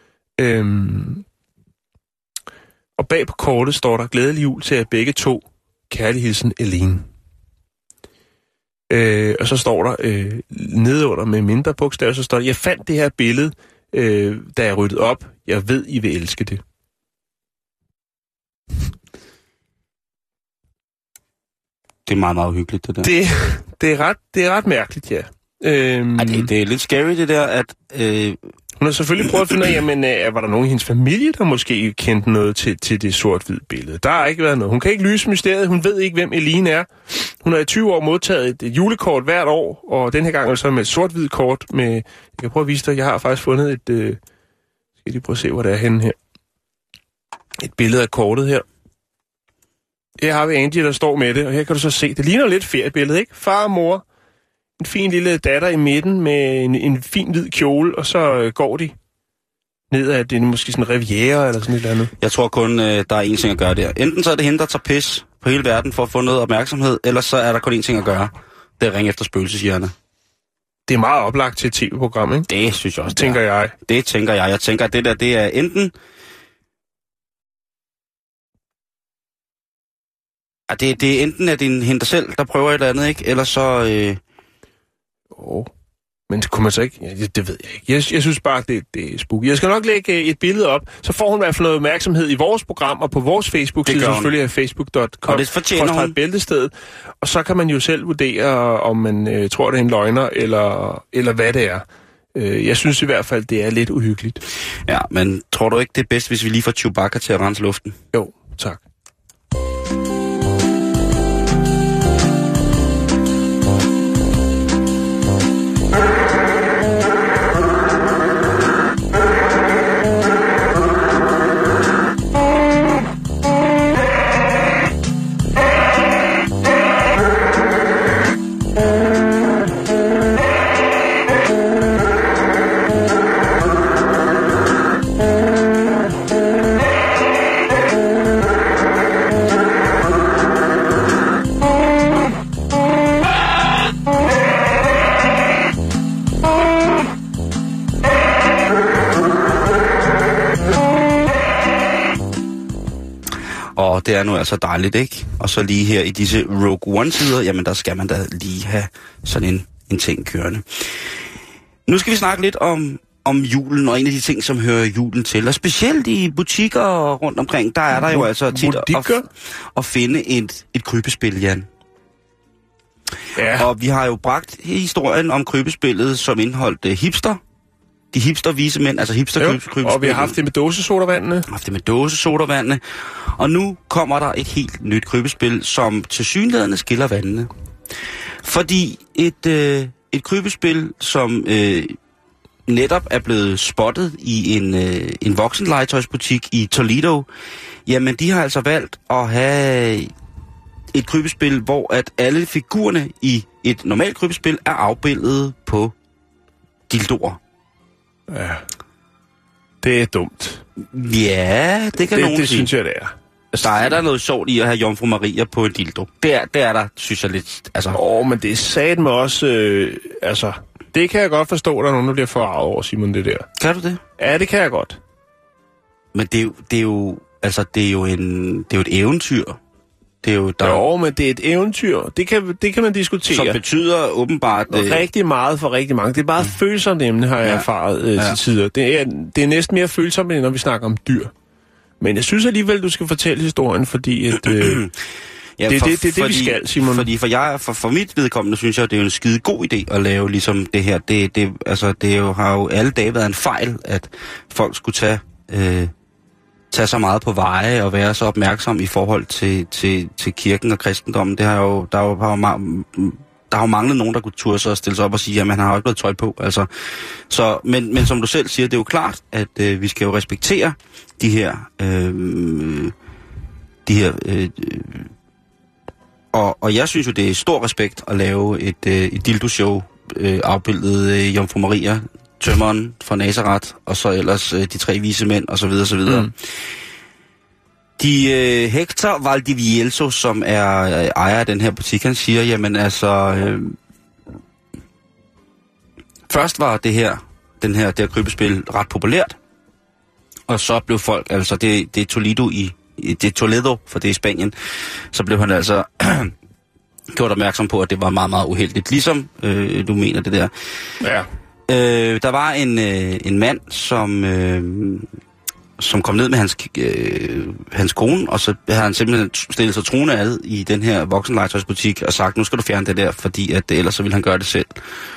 Og bag på kortet står der glædelig jul til jer begge to. Kærlig hilsen, Elaine. Og så står der nedenunder med mindre bogstaver, så står der, jeg fandt det her billede, da jeg ryddede op. Jeg ved, I vil elske det. Det er meget, meget uhyggeligt, det der. Det er ret mærkeligt, ja. Det er lidt scary, det der, at... Hun har selvfølgelig prøvet at finde ud af, jamen, var der nogen i hendes familie, der måske kendte noget til det sort-hvide billede? Der har ikke været noget. Hun kan ikke lyse mysteriet. Hun ved ikke, hvem Elaine er. Hun har i 20 år modtaget et julekort hvert år, og den her gang så med et sort-hvid kort med... Jeg kan prøve at vise dig, jeg har faktisk fundet et... Skal jeg lige prøve at se, hvor det er henne her. Et billede af kortet her. Her har vi Angie, der står med det, og her kan du så se, det ligner lidt feriebillede, ikke? Far og mor, en fin lille datter i midten med en fin hvid kjole, og så går de ned ad det, måske sådan en riviera eller sådan et eller andet. Jeg tror kun, der er én ting at gøre der. Enten så er det hende, der tager pis på hele verden for at få noget opmærksomhed, eller så er der kun én ting at gøre. Det er at ringe efter spøgelseshjerne. Det er meget oplagt til et tv-program, ikke? Det synes jeg også, tænker jeg. Det tænker jeg. Jeg tænker, at det der, det er enten... Det er enten, at det er hende selv, der prøver et eller andet, ikke? Eller så... Men kunne man så ikke... Ja, det ved jeg ikke. Jeg synes bare, det er spooky. Jeg skal nok lægge et billede op, så får hun i hvert fald noget opmærksomhed i vores program og på vores Facebook-side, så selvfølgelig er facebook.com/bæltestedet. Og så kan man jo selv vurdere, om man tror, det er en løgner, eller hvad det er. Jeg synes i hvert fald, det er lidt uhyggeligt. Ja, men tror du ikke, det er bedst, hvis vi lige får Chewbacca til at rense luften? Jo, tak. Og det er nu altså dejligt, ikke? Og så lige her i disse Rogue One-tider, jamen der skal man da lige have sådan en ting kørende. Nu skal vi snakke lidt om julen, og en af de ting, som hører julen til. Og specielt i butikker rundt omkring, der er der jo altså tit at finde et krybespil, Jan. Ja. Og vi har jo bragt historien om krybespillet, som indeholdt hipster. De hipster-vise mænd, altså hipster-krybespil. Og vi har haft det med dåsesodavandene. Og nu kommer der et helt nyt krybespil, som tilsyneladende skiller vandene. Fordi et krybespil, som netop er blevet spottet i en voksenlegetøjsbutik i Toledo, jamen de har altså valgt at have et krybespil, hvor at alle figurerne i et normalt krybespil er afbildet på dildoer. Ja. Det er dumt. Ja, det kan nogen sige. Det synes jeg, det er. Der er der noget sjovt i at have Jomfru Maria på en dildo. Det er der, synes jeg lidt, altså... men det er satme også, det kan jeg godt forstå, at der er nogen, der bliver forarvet over, Simon, det der. Kan du det? Ja, det kan jeg godt. Men det er jo et eventyr. Det er jo, men det er et eventyr. Det kan man diskutere. Som betyder åbenbart... rigtig meget for rigtig mange. Det er bare følsomt emne, har jeg erfaret til tider. Det er næsten mere følsomt, end når vi snakker om dyr. Men jeg synes alligevel, du skal fortælle historien, fordi at, ja, det er det, vi skal, Simon. Fordi for mit vedkommende, synes jeg, det er jo en skide god idé at lave ligesom det her. Det har jo alle dage været en fejl, at folk skulle tage så meget på veje og være så opmærksom i forhold til kirken og kristendommen. Der har jo manglet nogen, der kunne turde sig og stille sig op og sige, at man har jo ikke noget tøj på. Altså, men som du selv siger, det er jo klart, at vi skal jo respektere de her og jeg synes jo, det er stor respekt at lave et dildo-show afbildet Jomfru Maria, tømmeren fra Nazareth, og så ellers de tre vise mænd, og så videre, så videre. Hector Valdivielso, som er ejer af den her butik, han siger, jamen altså... først var det her krybespil ret populært, og så blev folk, altså det er Toledo, for det er i Spanien, så blev han altså gjort opmærksom på, at det var meget, meget uheldigt. Ligesom du mener det der. Ja. Der var en mand, som kom ned med hans kone, og så har han simpelthen stillet sig truende ad i den her voksenlegetøjsbutik og sagt, nu skal du fjerne det der, fordi at ellers så ville han gøre det selv.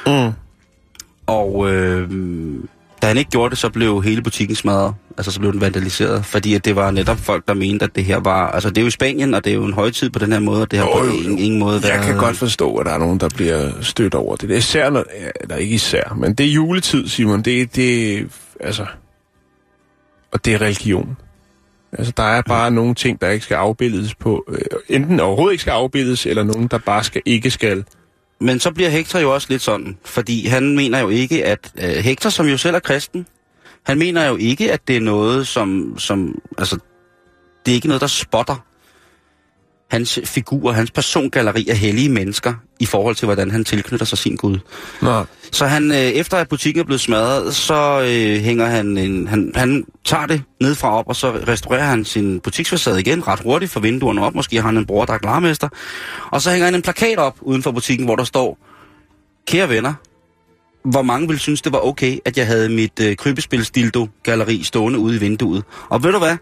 Og da han ikke gjorde det, så blev hele butikken smadret. Altså så blev den vandaliseret, fordi at det var netop folk, der mente, at det her var... Altså det er jo i Spanien, og det er jo en højtid på den her måde, og det har på ingen måde været... Jeg kan godt forstå, at der er nogen, der bliver stødt over det. Det er især, eller ikke især, men det er juletid, Simon. Det altså... Og det er religion. Altså der er bare nogle ting, der ikke skal afbildes på... enten overhovedet ikke skal afbildes, eller nogen, der bare ikke skal... Men så bliver Hector jo også lidt sådan, fordi han mener jo ikke, at... Hector, som jo selv er kristen, han mener jo ikke, at det er noget, som altså, det er ikke noget, der spotter hans figur, hans persongalleri af hellige mennesker, i forhold til, hvordan han tilknytter sig sin Gud. Nå. Så han, efter at butikken er blevet smadret, så hænger han tager det nedfra op, og så restaurerer han sin butiksfacade igen, ret hurtigt for vinduerne op. Måske har han en bror, der er glarmester. Og så hænger han en plakat op uden for butikken, hvor der står, kære venner, hvor mange ville synes, det var okay, at jeg havde mit krybespilsdildo-galleri stående ude i vinduet. Og ved du hvad?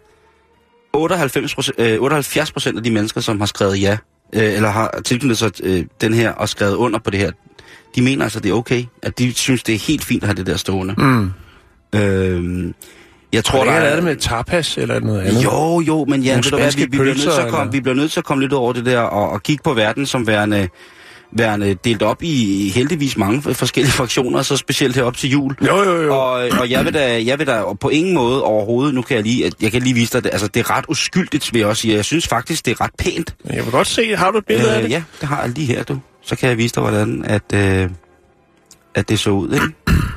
78% af de mennesker, som har skrevet ja, eller har tilknyttet sig den her og skrevet under på det her, de mener altså, det er okay. At de synes, det er helt fint at have det der stående. Jeg tror, der er det med tapas eller noget andet. Jo, men ja, vi bliver nødt til at komme lidt over det der og kigge på verden som værende delt op i heldigvis mange forskellige fraktioner, så specielt herop til jul. Jo. Og jeg vil da på ingen måde overhovedet, nu kan jeg kan lige vise dig det, altså det er ret uskyldigt, vil jeg også sige. Jeg synes faktisk, det er ret pænt. Jeg vil godt se, har du et billede af det? Ja, det har jeg lige her, du. Så kan jeg vise dig, hvordan at det så ud, ikke?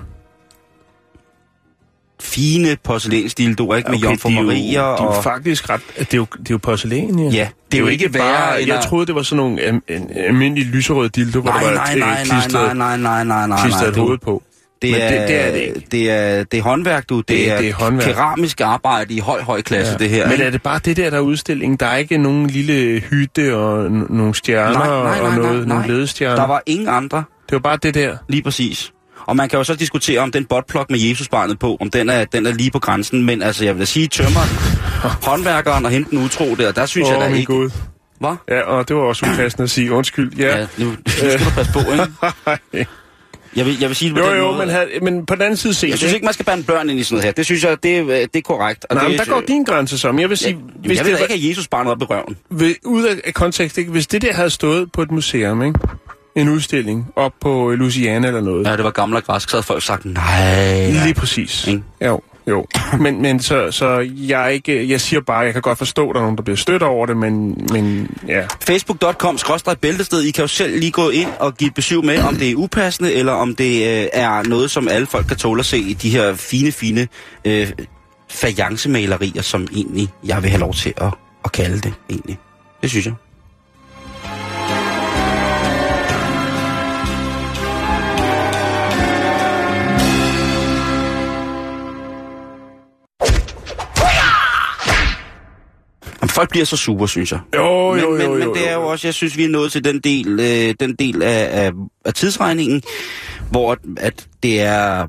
Fine porcelænsdildoer, ikke? Med Jomfru Maria og... Det er jo faktisk ret... Det er jo porcelæn, ja. Ja, det er jo ikke værre... Jeg troede, det var sådan nogle almindelige lyserøde dildo, hvor der var klistret et hoved på. Det er det ikke. Det er håndværk, du. Det er håndværk. Keramisk arbejde i høj klasse, det her. Men er det bare det der er udstillingen? Der er ikke nogen lille hytte og nogle stjerner og nogle ledestjerner? Der var ingen andre. Det var bare det der? Lige præcis. Og man kan jo så diskutere, om den botplok med Jesusbarnet på, om den er lige på grænsen. Men altså, jeg vil sige, tømmeren, håndværkeren og henten utro der synes jeg da ikke... God. Hvad? Ja, og det var også upassende at sige. Undskyld. Ja, nu skal du passe på, ikke? Jeg vil sige det på den måde. Men på den anden side set... Jeg synes ikke, man skal bande børn ind i sådan noget her. Det synes jeg, det er korrekt. Og nej, men der går din grænse som. Jeg vil sige... Jeg vil ikke have Jesusbarnet op i røven. Ud af kontekst, ikke? Hvis det der havde stået på et museum, ikke? En udstilling op på Louisiana eller noget. Ja, det var gammel og græsk, så havde folk sagt nej. Lige præcis. Jo. Men så jeg siger bare, jeg kan godt forstå, at der er nogen, der bliver stødt over det, men ja. Facebook.com/bæltested. I kan jo selv lige gå ind og give et besøg med, om det er upassende, eller om det er noget, som alle folk kan tåle at se i de her fine fajancemalerier, som egentlig jeg vil have lov til at kalde det, egentlig. Det synes jeg. Folk bliver så sure, synes jeg. Men det er jo også, jeg synes, vi er nået til den del af tidsregningen, hvor at det er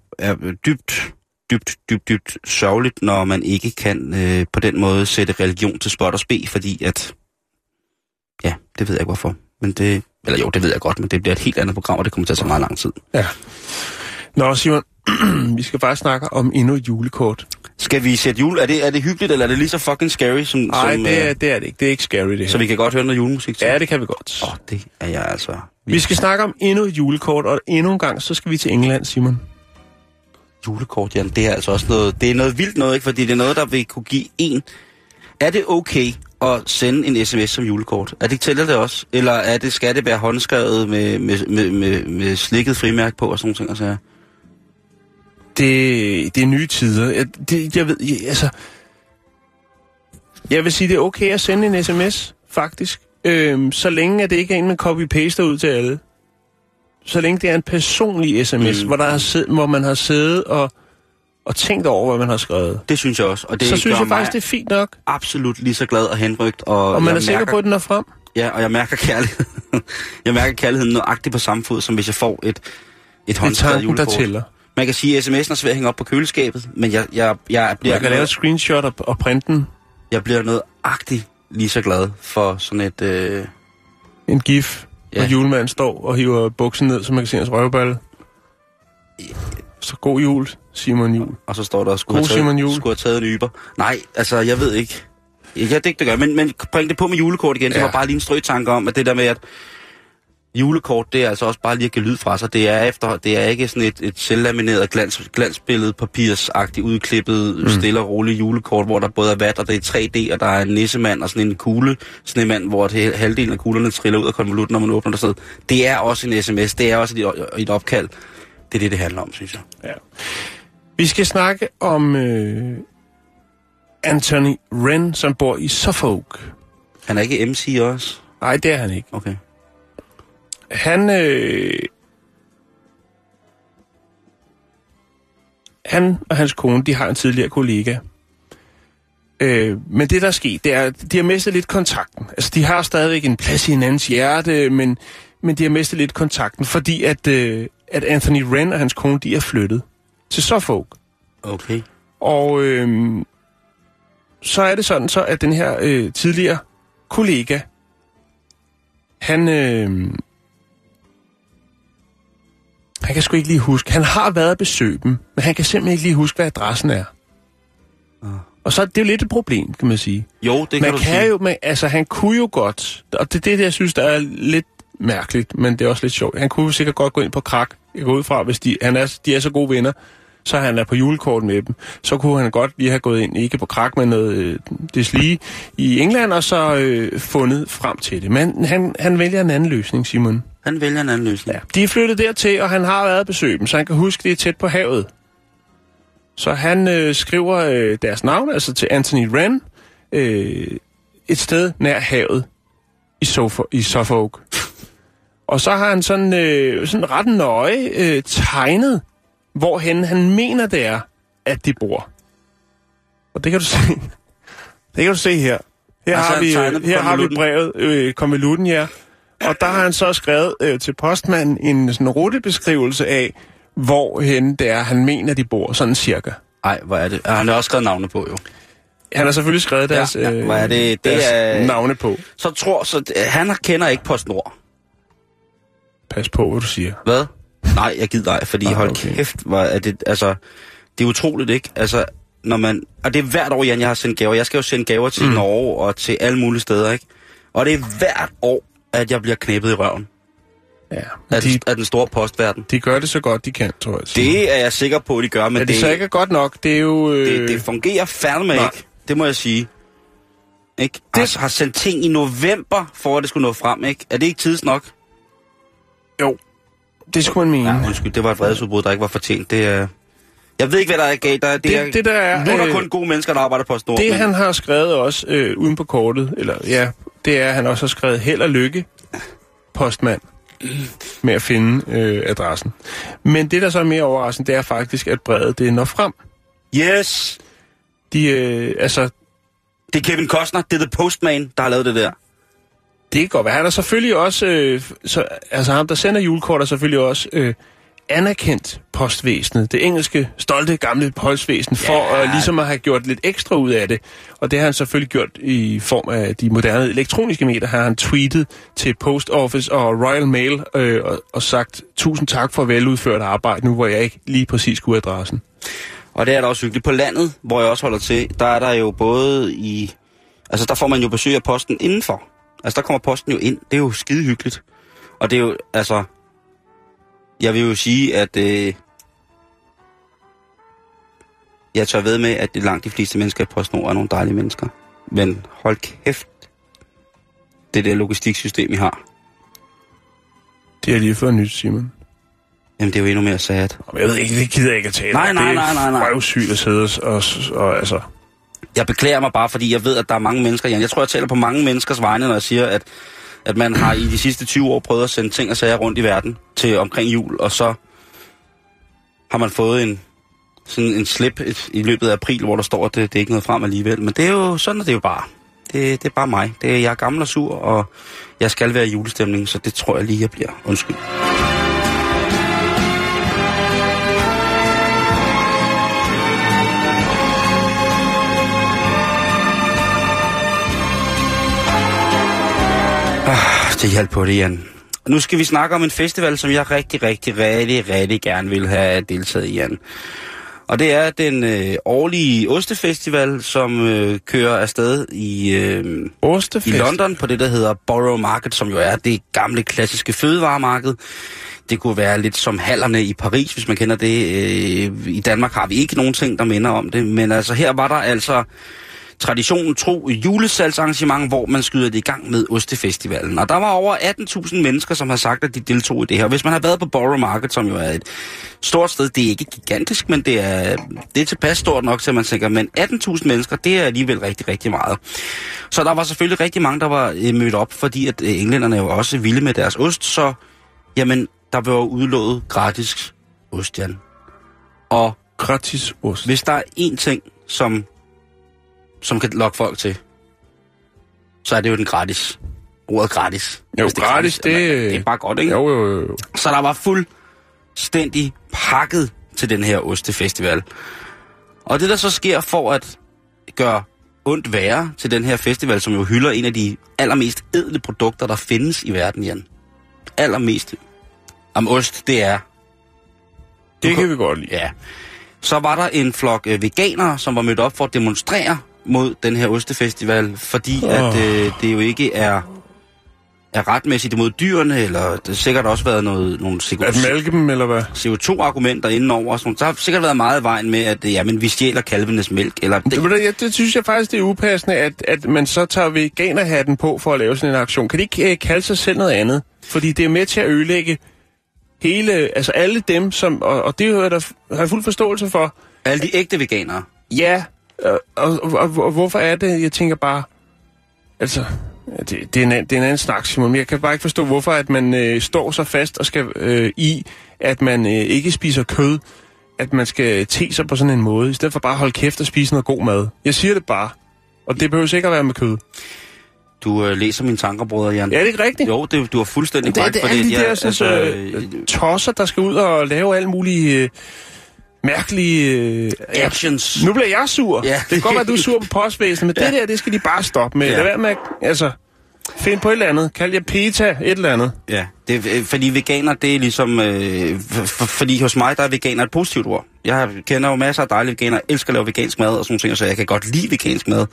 dybt sørgeligt, når man ikke kan på den måde sætte religion til spot og spe, fordi at... Ja, det ved jeg ikke hvorfor. Men det... Eller jo, det ved jeg godt, men det bliver et helt andet program, og det kommer til at tage meget lang tid. Ja. Nå, Simon, vi skal faktisk snakke om endnu et julekort. Skal vi sætte jul? Er det hyggeligt, eller er det lige så fucking scary som... Nej, det er det ikke. Det er ikke scary, det her. Så vi kan godt høre noget julemusik til? Ja, det kan vi godt. Det er jeg altså... Vi skal snakke om endnu et julekort, og endnu en gang, så skal vi til England, Simon. Julekort, Jan, det er altså også noget... Det er noget vildt noget, ikke? Fordi det er noget, der vil kunne give en... Er det okay at sende en sms som julekort? Tæller det også? Eller skal det være håndskrevet med slikket frimærke på og sådan noget, altså? Det er nye tider. Jeg vil sige, det er okay at sende en sms, faktisk. Så længe at det ikke er en, man copy-paster ud til alle. Så længe det er en personlig sms, hvor man har siddet og tænkt over, hvad man har skrevet. Det synes jeg også. Og det så synes jeg faktisk, det er fint nok. Absolut lige så glad og henrygt. Og man er sikker på, at den er frem. Ja, og jeg mærker kærligheden. Jeg mærker kærligheden nøjagtigt på samme fod, som hvis jeg får et håndskrevet julekort. Der tæller. Man kan sige, at sms'en er svært at hænge op på køleskabet, men jeg bliver... Man kan lave et screenshot og printe den. Jeg bliver nøjagtigt lige så glad for sådan et... En gif, hvor julemanden står og hiver buksen ned, så man kan se hans røvballe. Så god jul, Simon Jul. Og så står der, skulle have taget en yber. Nej, altså, jeg ved ikke. Det gør. Men bring det på med julekort igen. Ja. Det var bare lige en strøtanke om, at det der med, at julekort, det er altså også bare lige at give lyd fra sig. Det er ikke sådan et selvlamineret glansbillede, papirsagtigt udklippet, stille og roligt julekort, hvor der både er vat, og det er 3D, og der er en nissemand og sådan en kugle snemand, hvor halvdelen af kuglerne triller ud af konvolutten, når man åbner der sted. Det er også en sms, det er også et opkald. Det er det handler om, synes jeg. Ja. Vi skal snakke om Anthony Wren, som bor i Suffolk. Han er ikke MC også? Nej, det er han ikke. Okay. Han og hans kone, de har en tidligere kollega. Men det, der er sket, det er, at de har mistet lidt kontakten. Altså, de har stadigvæk en plads i hinandens hjerte, men de har mistet lidt kontakten, fordi at Anthony Wren og hans kone, de er flyttet til Suffolk. Okay. Og så er det sådan så, at den her tidligere kollega, han kan sgu ikke lige huske. Han har været at besøge dem, men han kan simpelthen ikke lige huske, hvad adressen er. Og så er det jo lidt et problem, kan man sige. Jo, det kan du sige. Altså, han kunne jo godt, og det er det, jeg synes, der er lidt mærkeligt, men det er også lidt sjovt. Han kunne jo sikkert godt gå ind på Krak. Jeg går ud fra, hvis de er så gode venner, så han er på julekort med dem. Så kunne han godt lige have gået ind, ikke på Krak, men noget deslige i England, og så fundet frem til det. Men han vælger en anden løsning, Simon. Han vælger en anden løsning. Ja, de er flyttet dertil, og han har været at besøge dem, så han kan huske, det er tæt på havet. Så han skriver deres navn, altså til Anthony Wren, et sted nær havet i Suffolk. Og så har han sådan ret nøje tegnet, hvorhen han mener det er, at de bor. Og det kan du se. Det kan du se her. Her har vi brevet, konvolutten, ja. Og der har han så skrevet til postmanden en sådan rutebeskrivelse af, hvorhen det er, han mener, de bor. Sådan cirka. Ej, hvor er det? Han har også skrevet navne på, jo. Han har selvfølgelig skrevet deres, hvor er det? Deres navne på. Han kender ikke PostNord. Pas på, hvad du siger. Hvad? Nej, jeg gider ej, fordi hold kæft, hvor er det, altså, det er utroligt, ikke? Altså, når man, og det er hvert år, Jan, jeg har sendt gaver. Jeg skal jo sende gaver til Norge og til alle mulige steder, ikke? Og det er hvert år, at jeg bliver knæppet i røven. Ja. Af den store postverden. De gør det så godt, de kan, tror jeg. Det er jeg sikker på, at de gør, men det så ikke er godt nok, det er jo... Det fungerer fandme ikke, det må jeg sige. Ikke? Altså, har sendt ting i november, for at det skulle nå frem, ikke? Er det ikke tids nok? Jo, det skulle man mene. Ja, undskyld, det var et vredesudbrud, der ikke var fortjent. Det er... Jeg ved ikke, hvad der er galt. Det er nu er der kun gode mennesker, der arbejder på PostNord. Det, han har skrevet også uden på kortet, eller ja, det er, at han også har skrevet held og lykke, postmand, med at finde adressen. Men det, der så er mere overraskende, det er faktisk, at brevet, det når frem. Yes! Det er Kevin Costner, det er The Postman, der har lavet det der. Det kan godt være. Han er selvfølgelig også, ham, der sender julekort, er selvfølgelig også anerkendt postvæsenet. Det engelske, stolte, gamle postvæsen, for ligesom at have gjort lidt ekstra ud af det. Og det har han selvfølgelig gjort i form af de moderne elektroniske medier. Har han tweetet til Post Office og Royal Mail og sagt, tusind tak for veludført arbejde, nu hvor jeg ikke lige præcis kunne adressen. Og det er der også hyggeligt. På landet, hvor jeg også holder til, der er der jo både i... Altså, der får man jo besøg af posten indenfor. Altså, der kommer posten jo ind. Det er jo skide hyggeligt. Og det er jo, altså... Jeg vil jo sige, at... jeg tør ved med, at langt de fleste mennesker i PostNord er nogle dejlige mennesker. Men hold kæft, det der logistiksystem, I har. Det er lige fået nyt, Simon. Jamen, det er jo endnu mere sad. Jeg ved ikke, det gider jeg ikke at tale. Nej. Det er røvsygt at sidde og altså... Jeg beklager mig bare, fordi jeg ved, at der er mange mennesker, Jan. Jeg tror, jeg taler på mange menneskers vegne, når jeg siger, at man har i de sidste 20 år prøvet at sende ting og sager rundt i verden til omkring jul, og så har man fået en slip i løbet af april, hvor der står, at det er ikke noget frem alligevel. Men det er jo sådan, at det er jo bare. Det er bare mig. Jeg er gammel og sur, og jeg skal være i julestemning, så det tror jeg lige, jeg bliver. Undskyld. Det hjalp på det, Jan. Nu skal vi snakke om en festival, som jeg rigtig gerne vil have deltaget i, Jan. Og det er den årlige ostefestival, som kører afsted i London på det, der hedder Borough Market, som jo er det gamle, klassiske fødevaremarked. Det kunne være lidt som hallerne i Paris, hvis man kender det. I Danmark har vi ikke nogen ting, der minder om det. Men altså, her var der altså traditionen tro julesalgsarrangement, hvor man skyder det i gang med Ostefestivalen. Og der var over 18.000 mennesker, som har sagt, at de deltog i det her. Hvis man har været på Borough Market, som jo er et stort sted, det er ikke gigantisk, men det er tilpas stort nok, til man tænker, men 18.000 mennesker, det er alligevel rigtig meget. Så der var selvfølgelig rigtig mange, der var mødt op, fordi at englænderne jo også ville med deres ost, så jamen, der var jo udlovet gratis ost, Jan. Og gratis ost. Hvis der er én ting, som kan lokke folk til, så er det jo den gratis. Ordet gratis. Jo, gratis, det er bare godt, ikke? Jo. Så der var fuldstændig pakket til den her ostefestival. Og det, der så sker for at gøre ondt værre til den her festival, som jo hylder en af de allermest ædle produkter, der findes i verden, Jan. Allermest. Om ost, det er... Det kan vi godt lide. Ja. Så var der en flok veganere, som var mødt op for at demonstrere mod den her ostefestival, fordi at det jo ikke er retmæssigt imod dyrene, eller det har sikkert også været nogle at mælke dem, eller hvad? CO2-argumenter indenover. Så der har sikkert været meget vejen med, at jamen, vi stjæler kalvenes mælk. Eller det synes jeg faktisk, det er upassende, at man så tager veganerhatten på for at lave sådan en aktion. Kan de ikke kalde sig selv noget andet? Fordi det er med til at ødelægge alle dem, som... Og det er der har jeg fuld forståelse for. Alle de ægte veganere? Ja, og hvorfor er det? Jeg tænker bare... Altså, det er en anden snak, Simon. Men jeg kan bare ikke forstå, hvorfor at man står så fast og skal at man ikke spiser kød at man skal te sig på sådan en måde, i stedet for bare at holde kæft og spise noget god mad. Jeg siger det bare. Og det behøver sikkert at være med kød. Du læser mine tanker, brødre Jan. Ja, det er ikke rigtigt. Jo, du har fuldstændig korrekt. Det er alle de der tosser, der skal ud og lave alle mulige mærkelige actions. Nu bliver jeg sur. Ja. Det kan godt være, at du er sur på postvæsenet, men det skal de bare stoppe med. Lad være med, find på et eller andet. Kald jer PETA, et eller andet. Ja, fordi veganer, det er ligesom... fordi hos mig, der er veganer et positivt ord. Jeg kender jo masser af dejlige veganer, elsker at lave vegansk mad og sådan nogle ting, så jeg kan godt lide vegansk mad.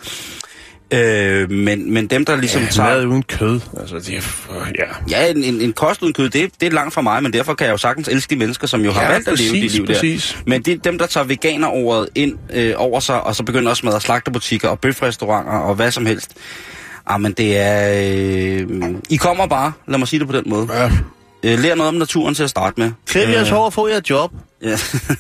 Men dem, der ligesom tager... mad uden kød. Altså, det Ja, en kost uden kød, det er langt fra mig, men derfor kan jeg jo sagtens elske de mennesker, som jo har valgt at leve det liv der. Men det er dem, der tager veganer-ordet ind over sig, og så begynder også med at slagterbutikker og bøfrestauranter og hvad som helst. Men det er... I kommer bare, lad mig sige det på den måde. Ja. Lær noget om naturen til at starte med. Klip jeres hår og få jer et job. Ja.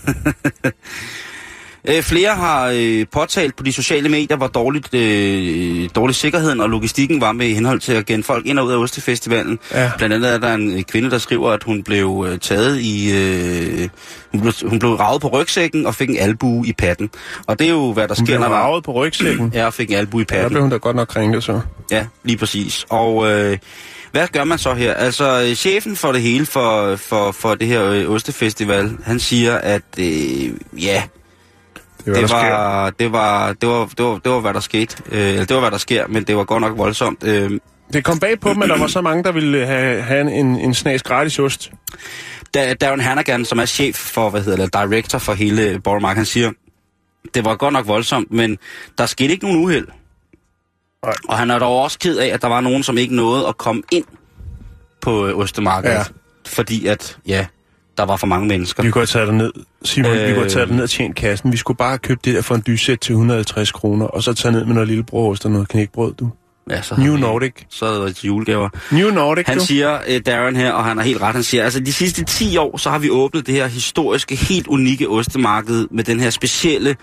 Flere har påtalt på de sociale medier, hvor dårlig sikkerheden og logistikken var med i henhold til at genne folk ind og ud af Ostefestivalen. Ja. Blandt andet er der en kvinde, der skriver, at hun blev taget i... hun blev ravet på rygsækken og fik en albue i patten. Og det er jo, hvad der sker, når hun blev ravet på rygsækken? Ja, og fik en albue i patten. Der blev hun da godt nok krænket, så. Ja, lige præcis. Og hvad gør man så her? Altså, chefen for det hele, for det her Ostefestival, han siger, at det var, hvad der skete. Det var, hvad der sker, men det var godt nok voldsomt. Det kom bag på dem, at der var så mange, der ville have en snas gratis ost. Darren Hannigan, som er chef for, director for hele Borgermark, han siger, det var godt nok voldsomt, men der skete ikke nogen uheld. Nej. Og han er dog også ked af, at der var nogen, som ikke nåede at komme ind på ostemarkedet. Ja. Fordi at, der var for mange mennesker. Vi kunne have taget det ned, Simon. Vi kunne have taget det ned og tjent kassen. Vi skulle bare have købt det der for en dysæt til 150 kroner, og så tage ned med noget lille brost og noget knækbrød, du. Ja, så New Nordic. Så er det julegaver. New Nordic, han siger, Darren her, og han har helt ret, han siger, altså de sidste 10 år, så har vi åbnet det her historiske, helt unikke ostemarked med den her specielle,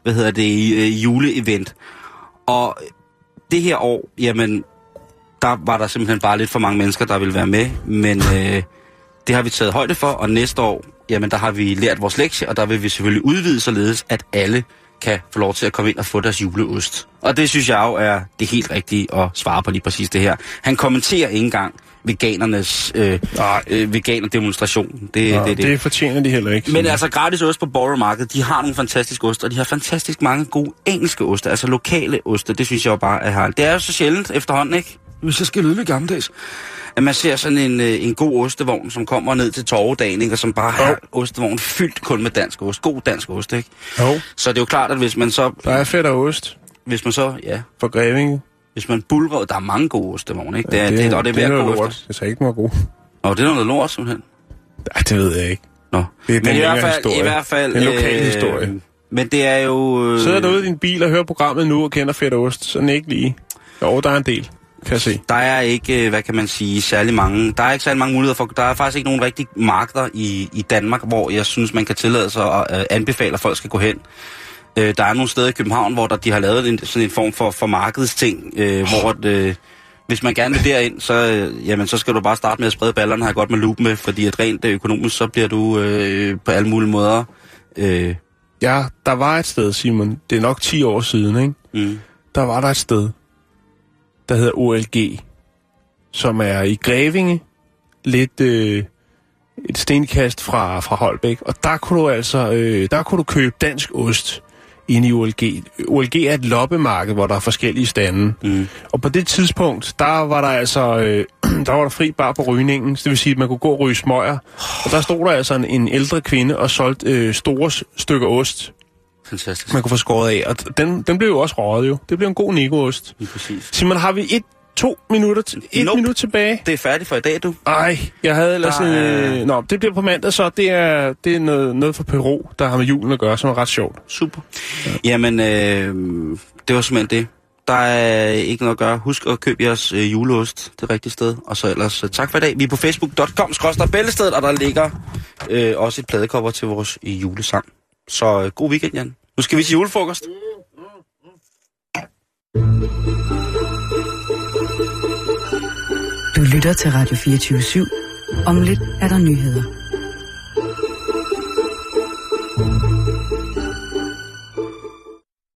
juleevent. Og det her år, jamen, der var der simpelthen bare lidt for mange mennesker, der ville være med, men det har vi taget højde for, og næste år, jamen, der har vi lært vores lektie, og der vil vi selvfølgelig udvide således, at alle kan få lov til at komme ind og få deres juleost. Og det synes jeg jo er det helt rigtige at svare på lige præcis det her. Han kommenterer ikke engang veganernes veganerdemonstration. Det fortjener de heller ikke. Men altså gratis ost på Borgermarkedet, de har nogle fantastiske oster, og de har fantastisk mange gode engelske oster, altså lokale oster. Det synes jeg jo bare er herligt. Det er jo så sjældent efterhånden, ikke? Hvis jeg skal lyde lidt gammeldags. At man ser sådan en god ostevogn, som kommer ned til Torvedagen, ikke? Og som bare har ostevogn fyldt kun med dansk ost. God dansk ost, ikke? Jo. Så det er jo klart, at hvis man så... Der er fedt og ost. Hvis man så, For Grevinge. Hvis man bulrer, der er mange gode ostevogne, ikke? Ja, det er noget lort. Det er ikke noget god. Nå, det er noget lort, simpelthen. Nej, det ved jeg ikke. Nå. Det er i hvert fald en lokal historie. Men det er jo... Sidder du ude i din bil og hører programmet nu og kender fedt og ost, så ikke lige. Jo, der er en del. Kan jeg se. Der er ikke, hvad kan man sige, særlig mange. Der er ikke særlig mange muligheder for. Der er faktisk ikke nogen rigtige markeder i Danmark, hvor jeg synes, man kan tillade sig at anbefale, at folk skal gå hen. Der er nogle steder i København, hvor de har lavet sådan en form for markedsting, hvor hvis man gerne vil derind, så skal du bare starte med at sprede ballerne, har godt med lupen med, fordi at rent økonomisk, så bliver du på alle mulige måder. Ja, der var et sted, Simon. Det er nok 10 år siden, ikke? Mm. Der var der et sted, der hedder OLG, som er i Grevinge, lidt et stenkast fra Holbæk, og der kunne du altså kunne du købe dansk ost inde i OLG. OLG er et loppemarked, hvor der er forskellige stande. Mm. Og på det tidspunkt, der var der altså der var der fri bar på rygningen, så det vil sige, at man kunne gå og ryge smøger. Og der stod der altså en ældre kvinde og solgte store stykker ost. Fantastisk. Man kunne få skåret af, og den blev jo også røget jo. Det blev en god Nico-ost. Præcis. Simon, har vi 2 minutter minut tilbage? Det er færdigt for i dag, du. Ej, jeg havde ellers Nå, det bliver på mandag, så det er noget for Peru, der har med julen at gøre, som er ret sjovt. Super. Ja. Jamen, det var simpelthen det. Der er ikke noget at gøre. Husk at købe jeres juleost det rigtige sted. Og så ellers tak for i dag. Vi er på facebook.com/bæltestedet, og der ligger også et pladecover til vores julesang. Så god weekend, Jan. Nu skal vi til julefrokost. Du lytter til Radio 24/7. Om lidt er der nyheder.